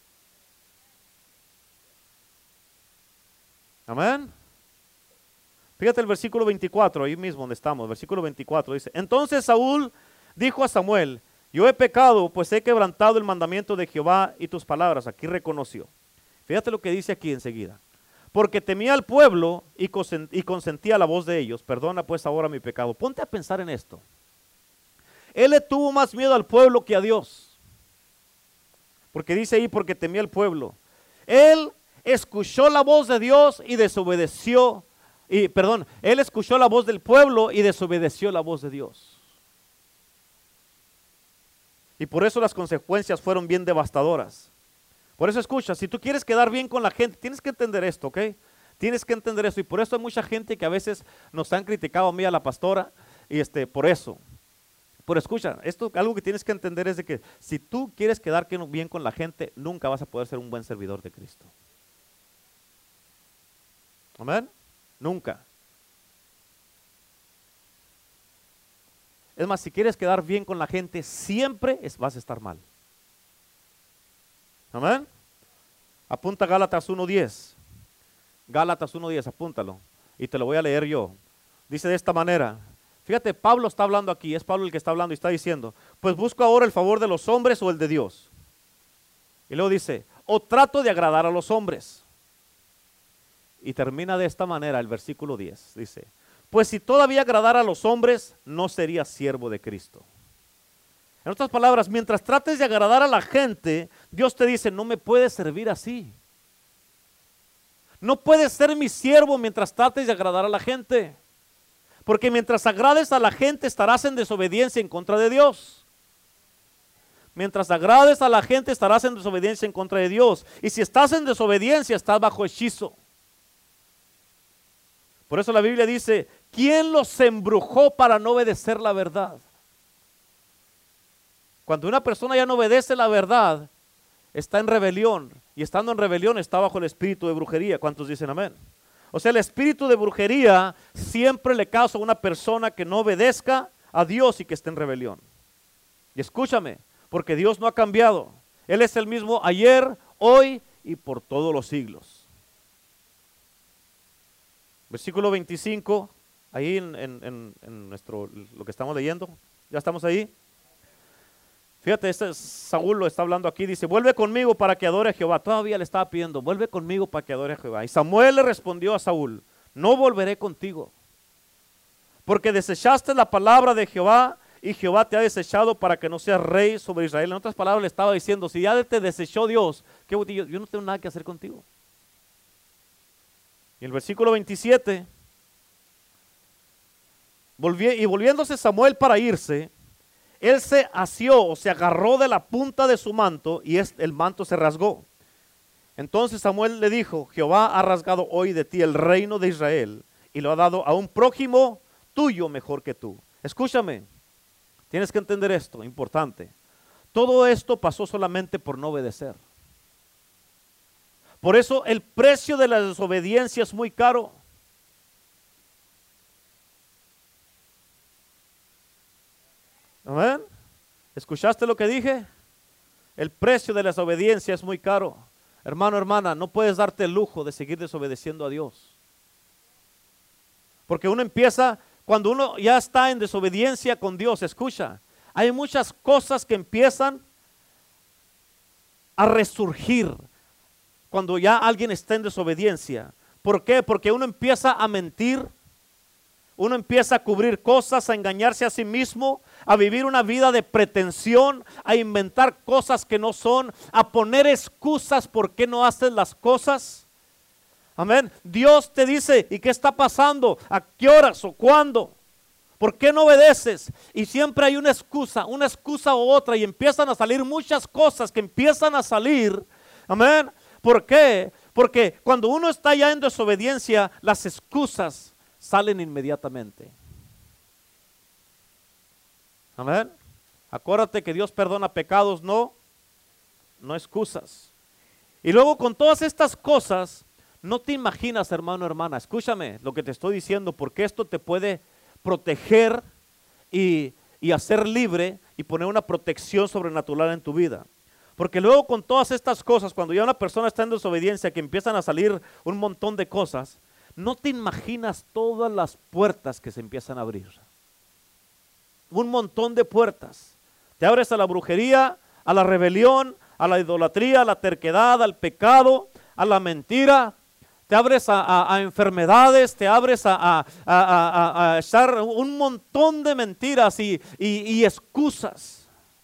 Amén. Fíjate el versículo 24, ahí mismo donde estamos, versículo 24 dice, entonces Saúl dijo a Samuel, yo he pecado, pues he quebrantado el mandamiento de Jehová y tus palabras. Aquí reconoció. Fíjate lo que dice aquí enseguida. Porque temía al pueblo y consentía la voz de ellos. Perdona pues ahora mi pecado. Ponte a pensar en esto. Él le tuvo más miedo al pueblo que a Dios. Porque dice ahí, porque temía al pueblo. Él escuchó la voz de Dios y desobedeció. Él escuchó la voz del pueblo y desobedeció la voz de Dios. Y por eso las consecuencias fueron bien devastadoras. Por eso escucha, si tú quieres quedar bien con la gente, tienes que entender esto, ¿ok? Tienes que entender esto. Y por eso hay mucha gente que a veces nos han criticado a mí, a la pastora, y por eso. Pero escucha, esto algo que tienes que entender es de que si tú quieres quedar bien con la gente, nunca vas a poder ser un buen servidor de Cristo. Amén. Nunca. Es más, si quieres quedar bien con la gente, siempre vas a estar mal. Amén. Apunta Gálatas 1:10. Gálatas 1:10, apúntalo. Y te lo voy a leer yo. Dice de esta manera. Fíjate, Pablo está hablando aquí. Es Pablo el que está hablando y está diciendo, pues busco ahora el favor de los hombres o el de Dios. Y luego dice, o trato de agradar a los hombres. Y termina de esta manera el versículo 10. Dice, pues si todavía agradara a los hombres, no sería siervo de Cristo. En otras palabras, mientras trates de agradar a la gente, Dios te dice, no me puedes servir así. No puedes ser mi siervo mientras trates de agradar a la gente. Porque mientras agrades a la gente, estarás en desobediencia en contra de Dios. Mientras agrades a la gente, estarás en desobediencia en contra de Dios. Y si estás en desobediencia, estás bajo hechizo. Por eso la Biblia dice, ¿quién los embrujó para no obedecer la verdad? Cuando una persona ya no obedece la verdad, está en rebelión. Y estando en rebelión está bajo el espíritu de brujería. ¿Cuántos dicen amén? O sea, el espíritu de brujería siempre le causa a una persona que no obedezca a Dios y que esté en rebelión. Y escúchame, porque Dios no ha cambiado. Él es el mismo ayer, hoy y por todos los siglos. Versículo 25, ahí en lo que estamos leyendo. ¿Ya estamos ahí? Fíjate, Saúl lo está hablando aquí, dice, vuelve conmigo para que adore a Jehová. Todavía le estaba pidiendo, vuelve conmigo para que adore a Jehová. Y Samuel le respondió a Saúl, no volveré contigo, porque desechaste la palabra de Jehová y Jehová te ha desechado para que no seas rey sobre Israel. En otras palabras le estaba diciendo, si ya te desechó Dios, yo no tengo nada que hacer contigo. Y el versículo 27, volviéndose Samuel para irse, él se asió o se agarró de la punta de su manto y el manto se rasgó. Entonces Samuel le dijo, Jehová ha rasgado hoy de ti el reino de Israel y lo ha dado a un prójimo tuyo mejor que tú. Escúchame, tienes que entender esto, importante. Todo esto pasó solamente por no obedecer. Por eso el precio de la desobediencia es muy caro. ¿Amén? ¿Escuchaste lo que dije? El precio de la desobediencia es muy caro. Hermano, hermana, no puedes darte el lujo de seguir desobedeciendo a Dios. Porque uno empieza, cuando uno ya está en desobediencia con Dios, escucha, hay muchas cosas que empiezan a resurgir cuando ya alguien está en desobediencia. ¿Por qué? Porque uno empieza a mentir, uno empieza a cubrir cosas, a engañarse a sí mismo, a vivir una vida de pretensión, a inventar cosas que no son, a poner excusas por qué no haces las cosas. Amén. Dios te dice, ¿y qué está pasando? ¿A qué horas o cuándo? ¿Por qué no obedeces? Y siempre hay una excusa u otra, y empiezan a salir muchas cosas que empiezan a salir. Amén. ¿Por qué? Porque cuando uno está ya en desobediencia, las excusas salen inmediatamente. Amén. Acuérdate que Dios perdona pecados, no excusas. Y luego con todas estas cosas, no te imaginas, hermano, hermana, escúchame lo que te estoy diciendo, porque esto te puede proteger y hacer libre y poner una protección sobrenatural en tu vida. Porque luego con todas estas cosas, cuando ya una persona está en desobediencia, que empiezan a salir un montón de cosas, no te imaginas todas las puertas que se empiezan a abrir. Un montón de puertas. Te abres a la brujería, a la rebelión, a la idolatría, a la terquedad, al pecado, a la mentira. Te abres a enfermedades, te abres a echar un montón de mentiras y excusas.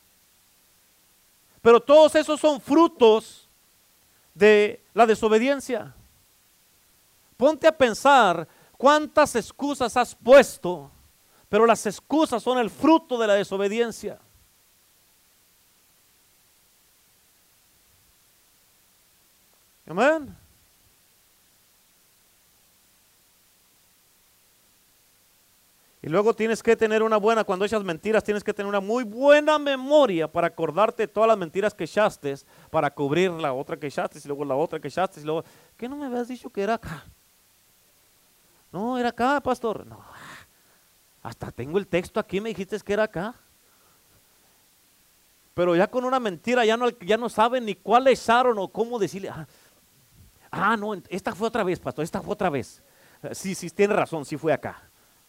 Pero todos esos son frutos de la desobediencia. Ponte a pensar cuántas excusas has puesto, pero las excusas son el fruto de la desobediencia. Amén. Y luego tienes que tener cuando echas mentiras, tienes que tener una muy buena memoria para acordarte de todas las mentiras que echaste, para cubrir la otra que echaste, y luego la otra que echaste, y luego, ¿qué no me habías dicho que era acá? No, era acá, pastor. No, hasta tengo el texto aquí, me dijiste que era acá. Pero ya con una mentira ya no saben ni cuál echaron o cómo decirle. No, esta fue otra vez, pastor, esta fue otra vez. Sí, tiene razón, sí fue acá.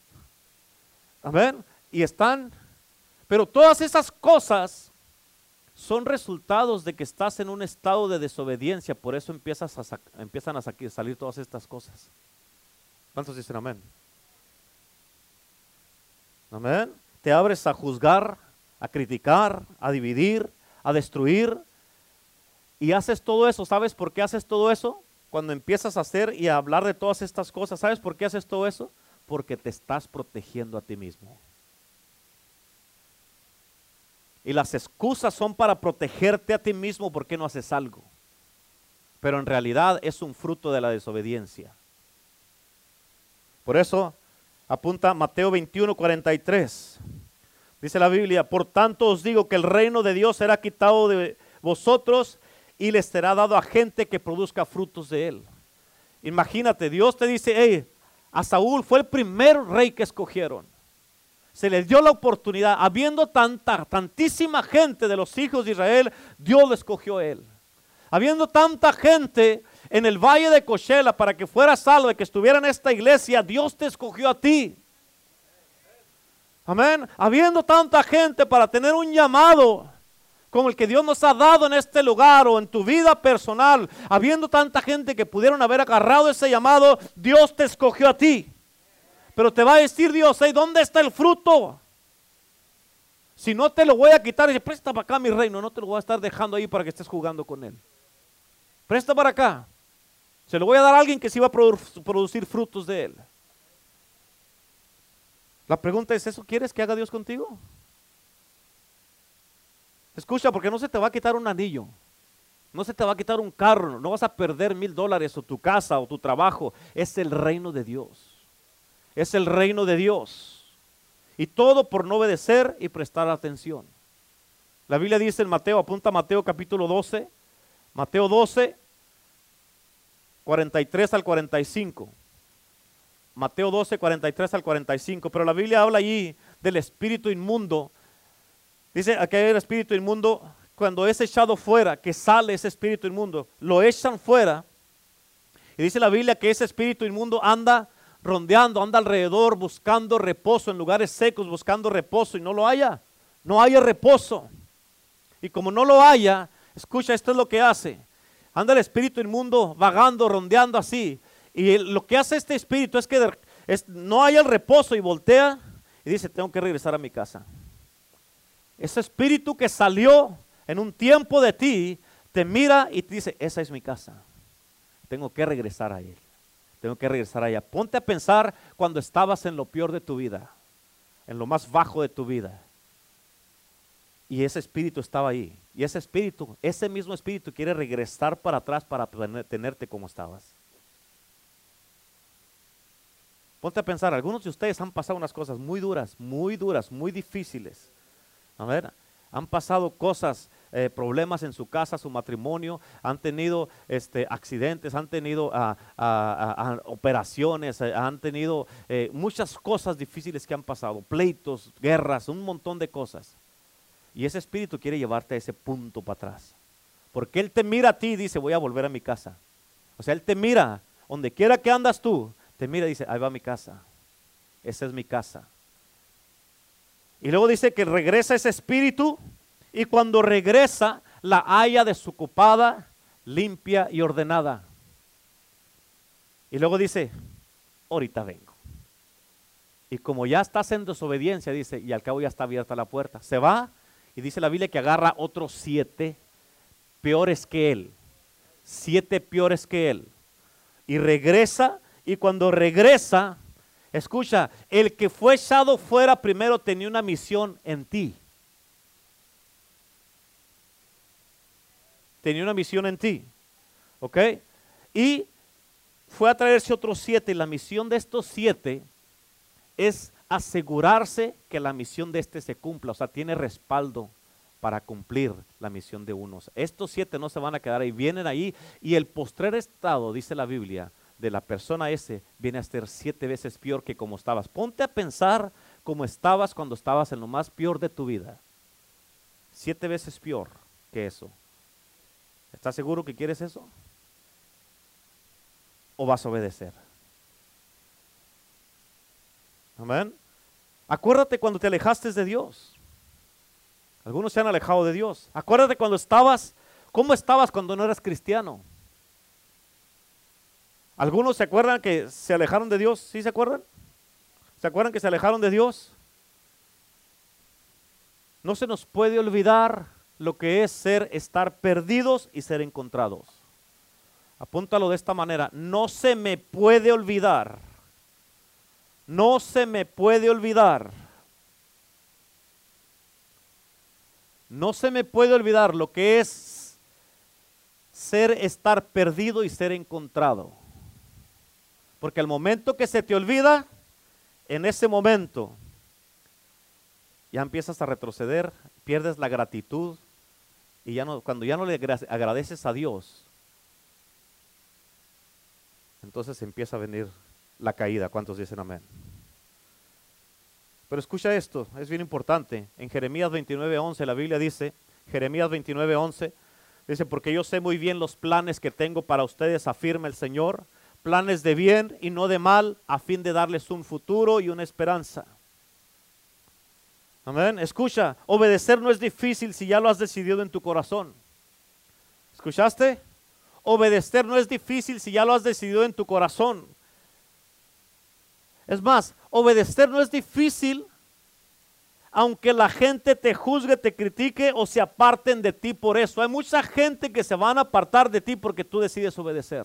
Amén. Pero todas esas cosas son resultados de que estás en un estado de desobediencia. Por eso empiezan a salir todas estas cosas. ¿Cuántos dicen amén? Amén. Te abres a juzgar, a criticar, a dividir, a destruir. Y haces todo eso. ¿Sabes por qué haces todo eso? Cuando empiezas a hacer y a hablar de todas estas cosas, ¿sabes por qué haces todo eso? Porque te estás protegiendo a ti mismo. Y las excusas son para protegerte a ti mismo porque no haces algo. Pero en realidad es un fruto de la desobediencia. Por eso apunta Mateo 21:43. Dice la Biblia, por tanto os digo que el reino de Dios será quitado de vosotros y les será dado a gente que produzca frutos de él. Imagínate, Dios te dice, a Saúl fue el primer rey que escogieron. Se les dio la oportunidad, habiendo tantísima gente de los hijos de Israel, Dios lo escogió a él. Habiendo tanta gente en el valle de Cochela para que fuera salvo y que estuviera en esta iglesia, Dios te escogió a ti. Amén. Habiendo tanta gente para tener un llamado como el que Dios nos ha dado en este lugar o en tu vida personal, habiendo tanta gente que pudieron haber agarrado ese llamado, Dios te escogió a ti. Pero te va a decir Dios, ¿dónde está el fruto? Si no te lo voy a quitar, y presta para acá mi reino, no te lo voy a estar dejando ahí para que estés jugando con él. Presta para acá. Se lo voy a dar a alguien que sí va a producir frutos de él. La pregunta es, ¿eso quieres que haga Dios contigo? Escucha, porque no se te va a quitar un anillo. No se te va a quitar un carro. No vas a perder $1000 o tu casa o tu trabajo. Es el reino de Dios. Es el reino de Dios. Y todo por no obedecer y prestar atención. La Biblia dice en Mateo, apunta Mateo capítulo 12. Mateo 12, 43 al 45. Mateo 12, 43 al 45. Pero la Biblia habla allí del espíritu inmundo. Dice aquí hay el espíritu inmundo. Cuando es echado fuera, que sale ese espíritu inmundo, lo echan fuera. Y dice la Biblia que ese espíritu inmundo anda rondeando, anda alrededor buscando reposo en lugares secos, buscando reposo y no lo haya. No haya reposo. Y como no lo haya, escucha, esto es lo que hace. Anda el espíritu inmundo vagando, rondeando así. Y lo que hace este espíritu es que no haya el reposo y voltea y dice, tengo que regresar a mi casa. Ese espíritu que salió en un tiempo de ti, te mira y te dice, esa es mi casa. Tengo que regresar a él. Tengo que regresar allá. Ponte a pensar cuando estabas en lo peor de tu vida, en lo más bajo de tu vida. Y ese espíritu estaba ahí. Y ese espíritu, ese mismo espíritu quiere regresar para atrás para tenerte como estabas. Ponte a pensar, algunos de ustedes han pasado unas cosas muy duras, muy difíciles. A ver, han pasado cosas, problemas en su casa, su matrimonio, han tenido accidentes, han tenido operaciones, han tenido muchas cosas difíciles que han pasado, pleitos, guerras, un montón de cosas. Y ese espíritu quiere llevarte a ese punto para atrás. Porque él te mira a ti y dice, voy a volver a mi casa. O sea, él te mira, donde quiera que andas tú, te mira y dice, ahí va mi casa. Esa es mi casa. Y luego dice que regresa ese espíritu y cuando regresa la halla desocupada, limpia y ordenada. Y luego dice, ahorita vengo. Y como ya estás en desobediencia, dice, y al cabo ya está abierta la puerta. Se va y dice la Biblia que agarra otros 7 peores que él. 7 peores que él. Y regresa y cuando regresa, escucha, el que fue echado fuera primero tenía una misión en ti. Tenía una misión en ti. ¿Ok? Y fue a traerse otros 7 y la misión de estos 7 es asegurarse que la misión de este se cumpla. O sea, tiene respaldo para cumplir la misión de unos. Estos 7 no se van a quedar ahí, vienen ahí y el postrer estado, dice la Biblia, de la persona ese viene a ser 7 veces peor que como estabas. Ponte a pensar cómo estabas cuando estabas en lo más peor de tu vida. 7 veces peor que eso. ¿Estás seguro que quieres eso? ¿O vas a obedecer? Amén. Acuérdate cuando te alejaste de Dios. Algunos se han alejado de Dios. Acuérdate cuando estabas, ¿cómo estabas cuando no eras cristiano? Algunos se acuerdan que se alejaron de Dios. ¿Sí se acuerdan? ¿Se acuerdan que se alejaron de Dios? No se nos puede olvidar lo que es estar perdidos y ser encontrados. Apúntalo de esta manera. No se me puede olvidar. No se me puede olvidar. No se me puede olvidar lo que es estar perdido y ser encontrado. Porque al momento que se te olvida, en ese momento ya empiezas a retroceder, pierdes la gratitud y cuando ya no le agradeces a Dios, entonces empieza a venir la caída. ¿Cuántos dicen amén? Pero escucha esto, es bien importante. En Jeremías 29:11 la Biblia dice, Jeremías 29:11 dice, porque yo sé muy bien los planes que tengo para ustedes, afirma el Señor, planes de bien y no de mal, a fin de darles un futuro y una esperanza. Amén. Escucha, obedecer no es difícil si ya lo has decidido en tu corazón. ¿Escuchaste? Obedecer no es difícil si ya lo has decidido en tu corazón. Es más, obedecer no es difícil aunque la gente te juzgue, te critique o se aparten de ti por eso. Hay mucha gente que se van a apartar de ti porque tú decides obedecer.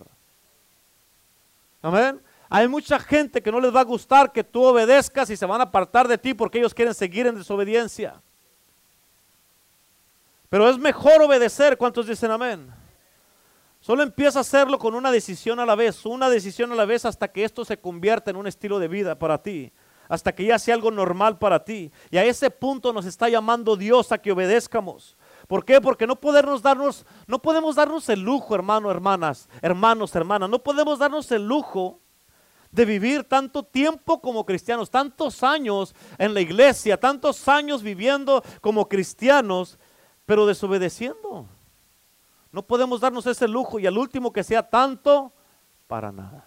Amén. Hay mucha gente que no les va a gustar que tú obedezcas y se van a apartar de ti porque ellos quieren seguir en desobediencia. Pero es mejor obedecer. ¿Cuántos dicen amén? Solo empieza a hacerlo con una decisión a la vez hasta que esto se convierta en un estilo de vida para ti, hasta que ya sea algo normal para ti. Y a ese punto nos está llamando Dios a que obedezcamos. ¿Por qué? Porque no podemos darnos el lujo, hermanos, hermanas, no podemos darnos el lujo de vivir tanto tiempo como cristianos, tantos años en la iglesia, tantos años viviendo como cristianos, pero desobedeciendo. No podemos darnos ese lujo y al último que sea tanto para nada.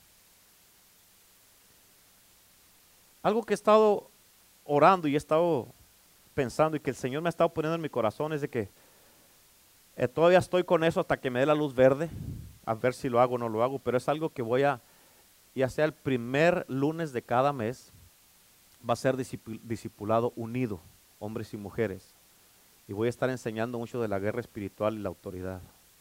Algo que he estado orando y he estado pensando y que el Señor me ha estado poniendo en mi corazón es de que todavía estoy con eso hasta que me dé la luz verde, a ver si lo hago o no lo hago, pero es algo que voy a, ya sea el primer lunes de cada mes, va a ser discipulado unido, hombres y mujeres. Y voy a estar enseñando mucho de la guerra espiritual y la autoridad.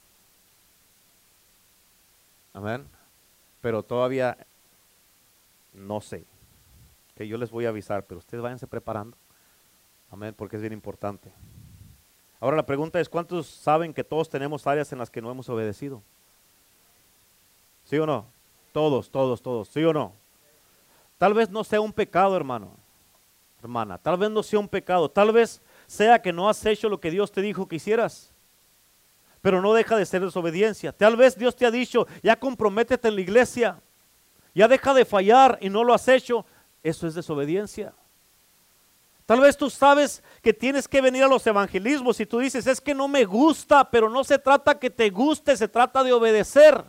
Amén. Pero todavía no sé. Que yo les voy a avisar, pero ustedes váyanse preparando. Amén, porque es bien importante. Ahora la pregunta es, ¿cuántos saben que todos tenemos áreas en las que no hemos obedecido? ¿Sí o no? Todos, ¿sí o no? Tal vez no sea un pecado, hermano, hermana. Tal vez no sea un pecado. Tal vez sea que no has hecho lo que Dios te dijo que hicieras, pero no deja de ser desobediencia. Tal vez Dios te ha dicho, ya comprométete en la iglesia, ya deja de fallar y no lo has hecho. Eso es desobediencia. Tal vez tú sabes que tienes que venir a los evangelismos y tú dices, es que no me gusta, pero no se trata que te guste, se trata de obedecer.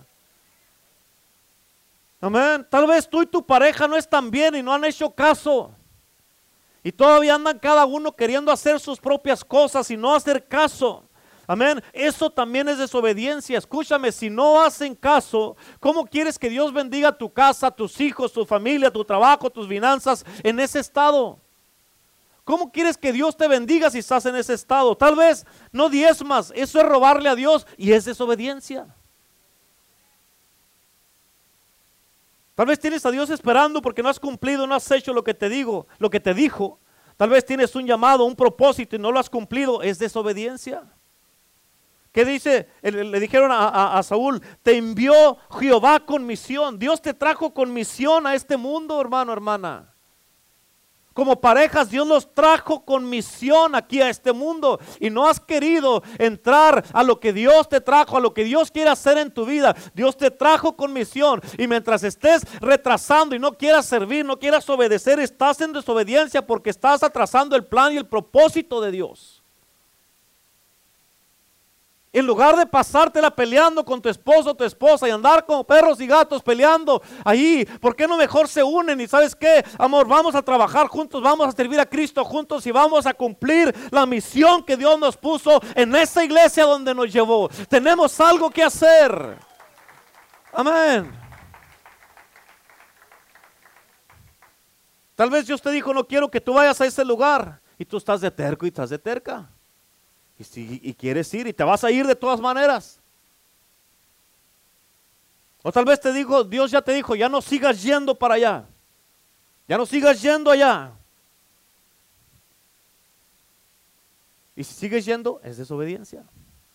Amén. Tal vez tú y tu pareja no están bien y no han hecho caso. Y todavía andan cada uno queriendo hacer sus propias cosas y no hacer caso. Amén. Eso también es desobediencia. Escúchame, si no hacen caso, ¿cómo quieres que Dios bendiga tu casa, tus hijos, tu familia, tu trabajo, tus finanzas en ese estado? ¿Cómo quieres que Dios te bendiga si estás en ese estado? Tal vez no diezmas, eso es robarle a Dios y es desobediencia. Tal vez tienes a Dios esperando porque no has cumplido, no has hecho lo que te digo, lo que te dijo. Tal vez tienes un llamado, un propósito y no lo has cumplido, es desobediencia. ¿Qué dice? Le dijeron a Saúl, te envió Jehová con misión. Dios te trajo con misión a este mundo, hermano, hermana. Como parejas, Dios los trajo con misión aquí a este mundo y no has querido entrar a lo que Dios te trajo, a lo que Dios quiere hacer en tu vida. Dios te trajo con misión y mientras estés retrasando y no quieras servir, no quieras obedecer, estás en desobediencia porque estás atrasando el plan y el propósito de Dios. En lugar de pasártela peleando con tu esposo o tu esposa y andar como perros y gatos peleando ahí, ¿por qué no mejor se unen? Y ¿sabes qué? Amor, vamos a trabajar juntos, vamos a servir a Cristo juntos y vamos a cumplir la misión que Dios nos puso en esa iglesia donde nos llevó. Tenemos algo que hacer. Amén. Tal vez Dios te dijo, no quiero que tú vayas a ese lugar. Y tú estás de terco y estás de terca. Y quieres ir y te vas a ir de todas maneras. O tal vez te dijo, Dios ya te dijo, ya no sigas yendo para allá. Ya no sigas yendo allá. Y si sigues yendo, es desobediencia.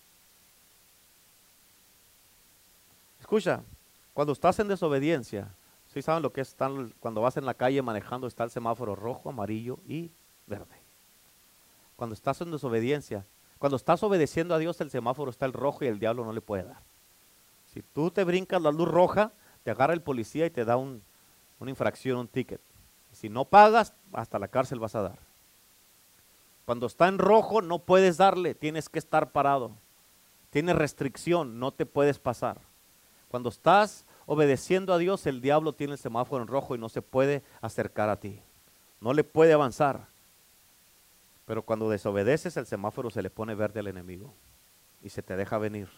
Escucha, cuando estás en desobediencia, ¿sí saben lo que es cuando vas en la calle manejando? Está el semáforo rojo, amarillo y verde. Cuando estás en desobediencia, cuando estás obedeciendo a Dios, el semáforo está el rojo y el diablo no le puede dar. Si tú te brincas la luz roja, te agarra el policía y te da una infracción, un ticket. Si no pagas, hasta la cárcel vas a dar. Cuando está en rojo, no puedes darle, tienes que estar parado. Tienes restricción, no te puedes pasar. Cuando estás obedeciendo a Dios, el diablo tiene el semáforo en rojo y no se puede acercar a ti. No le puede avanzar. Pero cuando desobedeces, el semáforo se le pone verde al enemigo y se te deja venir.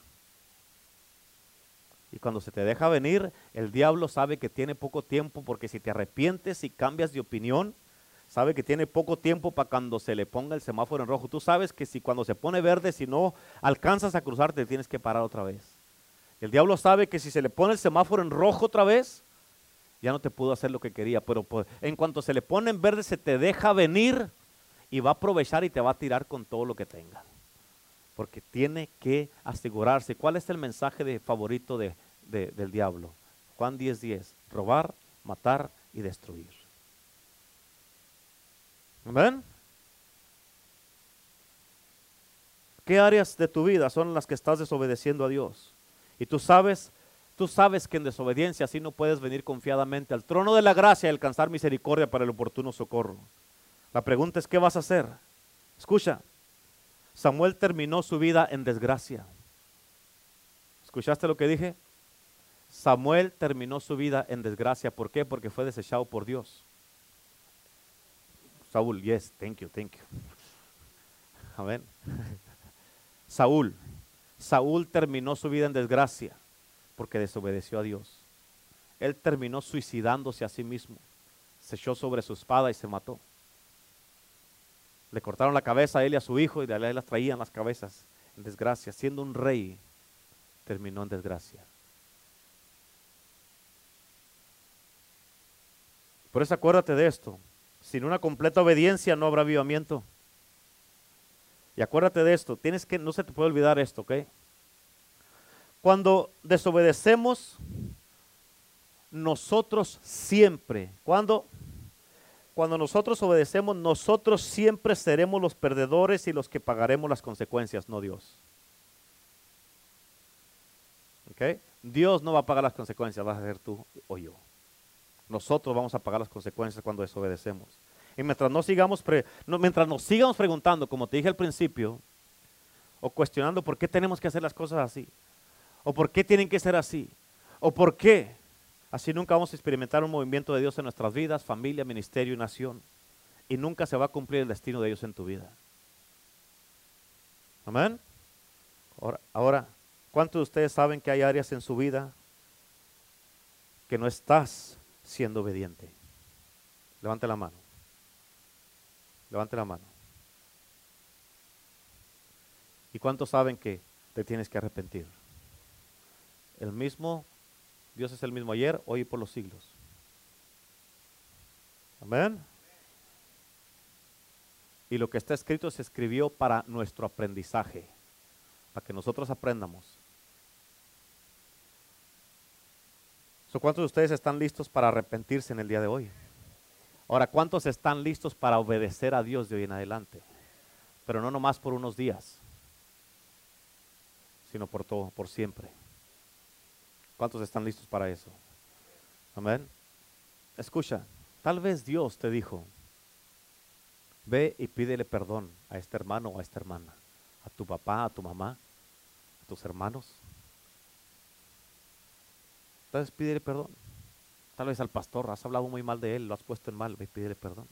Y cuando se te deja venir, el diablo sabe que tiene poco tiempo, porque si te arrepientes y cambias de opinión, sabe que tiene poco tiempo para cuando se le ponga el semáforo en rojo. Tú sabes que si cuando se pone verde, si no alcanzas a cruzar, te tienes que parar otra vez. El diablo sabe que si se le pone el semáforo en rojo otra vez, ya no te pudo hacer lo que quería, pero en cuanto se le pone en verde, se te deja venir y va a aprovechar y te va a tirar con todo lo que tenga. porque tiene que asegurarse. ¿Cuál es el mensaje favorito del diablo? Juan 10:10, robar, matar y destruir. ¿Amén? ¿Qué áreas de tu vida son las que estás desobedeciendo a Dios? Y tú sabes que en desobediencia así no puedes venir confiadamente al trono de la gracia y alcanzar misericordia para el oportuno socorro. La pregunta es, ¿qué vas a hacer? Escucha, Samuel terminó su vida en desgracia. ¿Escuchaste lo que dije? Samuel terminó su vida en desgracia. ¿Por qué? Porque fue desechado por Dios. Saúl, yes, thank you. Amén. Saúl terminó su vida en desgracia porque desobedeció a Dios. Él terminó suicidándose a sí mismo. Se echó sobre su espada y se mató. Le cortaron la cabeza a él y a su hijo y de ahí las traían las cabezas en desgracia. Siendo un rey, terminó en desgracia. Por eso acuérdate de esto. Sin una completa obediencia no habrá avivamiento. Y acuérdate de esto. No se te puede olvidar esto, ¿ok? Cuando desobedecemos, nosotros siempre, cuando nosotros obedecemos, nosotros siempre seremos los perdedores y los que pagaremos las consecuencias, no Dios. ¿Ok? Dios no va a pagar las consecuencias, vas a ser tú o yo. Nosotros vamos a pagar las consecuencias cuando desobedecemos. Y mientras nos sigamos preguntando, como te dije al principio, o cuestionando por qué tenemos que hacer las cosas así, o por qué tienen que ser así, o por qué, así nunca vamos a experimentar un movimiento de Dios en nuestras vidas, familia, ministerio y nación. Y nunca se va a cumplir el destino de Dios en tu vida. Amén. Ahora, ¿cuántos de ustedes saben que hay áreas en su vida que no estás siendo obediente? Levante la mano. Levante la mano. ¿Y cuántos saben que te tienes que arrepentir? Dios es el mismo ayer, hoy y por los siglos. Amén. Y lo que está escrito se escribió para nuestro aprendizaje, para que nosotros aprendamos. ¿Cuántos de ustedes están listos para arrepentirse en el día de hoy? Ahora, ¿cuántos están listos para obedecer a Dios de hoy en adelante? Pero no nomás por unos días, sino por todo, por siempre. ¿Cuántos están listos para eso? Amén. Escucha, tal vez Dios te dijo, ve y pídele perdón a este hermano o a esta hermana, a tu papá, a tu mamá, a tus hermanos. Tal vez pídele perdón. Tal vez al pastor, has hablado muy mal de él, lo has puesto en mal, ve y pídele perdón.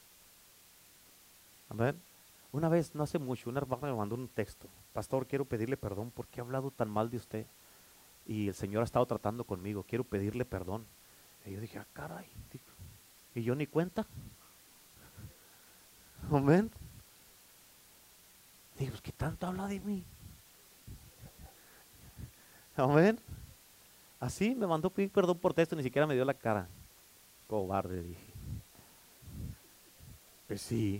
Amén. Una vez, no hace mucho, una hermana me mandó un texto. Pastor, quiero pedirle perdón porque he hablado tan mal de usted. Y el Señor ha estado tratando conmigo, quiero pedirle perdón. Y yo dije, caray. Y yo ni cuenta. Amén. Digo, ¿qué tanto habla de mí? Amén. Así me mandó pedir perdón por texto, ni siquiera me dio la cara. Cobarde, dije. Pues sí.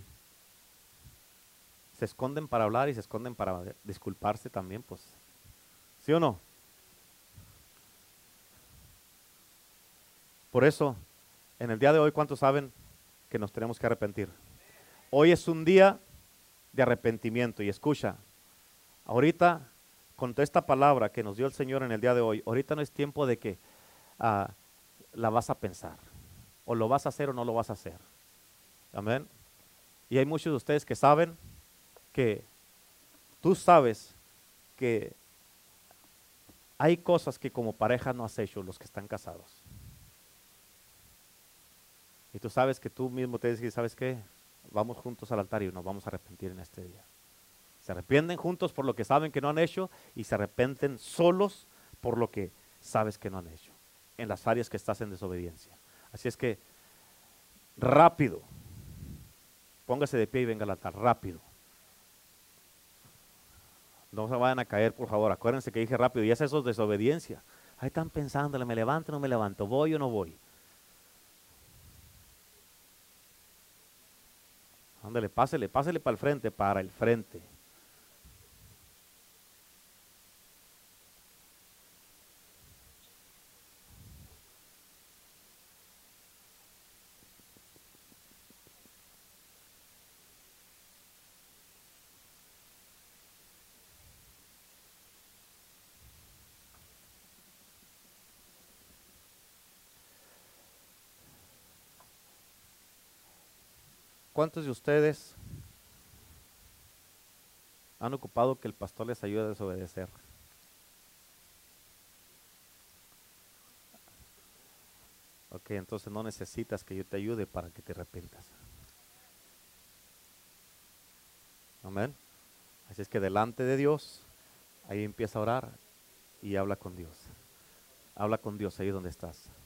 Se esconden para hablar y se esconden para disculparse también, pues. ¿Sí o no? Por eso, en el día de hoy, ¿cuántos saben que nos tenemos que arrepentir? Hoy es un día de arrepentimiento. Y escucha, ahorita, con toda esta palabra que nos dio el Señor en el día de hoy, ahorita no es tiempo de que la vas a pensar. O lo vas a hacer o no lo vas a hacer. Amén. Y hay muchos de ustedes que saben que tú sabes que hay cosas que como pareja no has hecho los que están casados. Y tú sabes que tú mismo te dices, ¿sabes qué? Vamos juntos al altar y nos vamos a arrepentir en este día. Se arrepienten juntos por lo que saben que no han hecho y se arrepienten solos por lo que sabes que no han hecho, en las áreas que estás en desobediencia. Así es que, rápido, póngase de pie y venga al altar, rápido. No se vayan a caer, por favor. Acuérdense que dije rápido. Y es eso, desobediencia. Ahí están pensándole, ¿me levanto o no me levanto? ¿Voy o no voy? Ándale, pásele para el frente, para el frente. ¿Cuántos de ustedes han ocupado que el pastor les ayude a desobedecer? Ok, entonces no necesitas que yo te ayude para que te arrepientas. Amén. Así es que delante de Dios, ahí empieza a orar y habla con Dios. Habla con Dios ahí donde estás.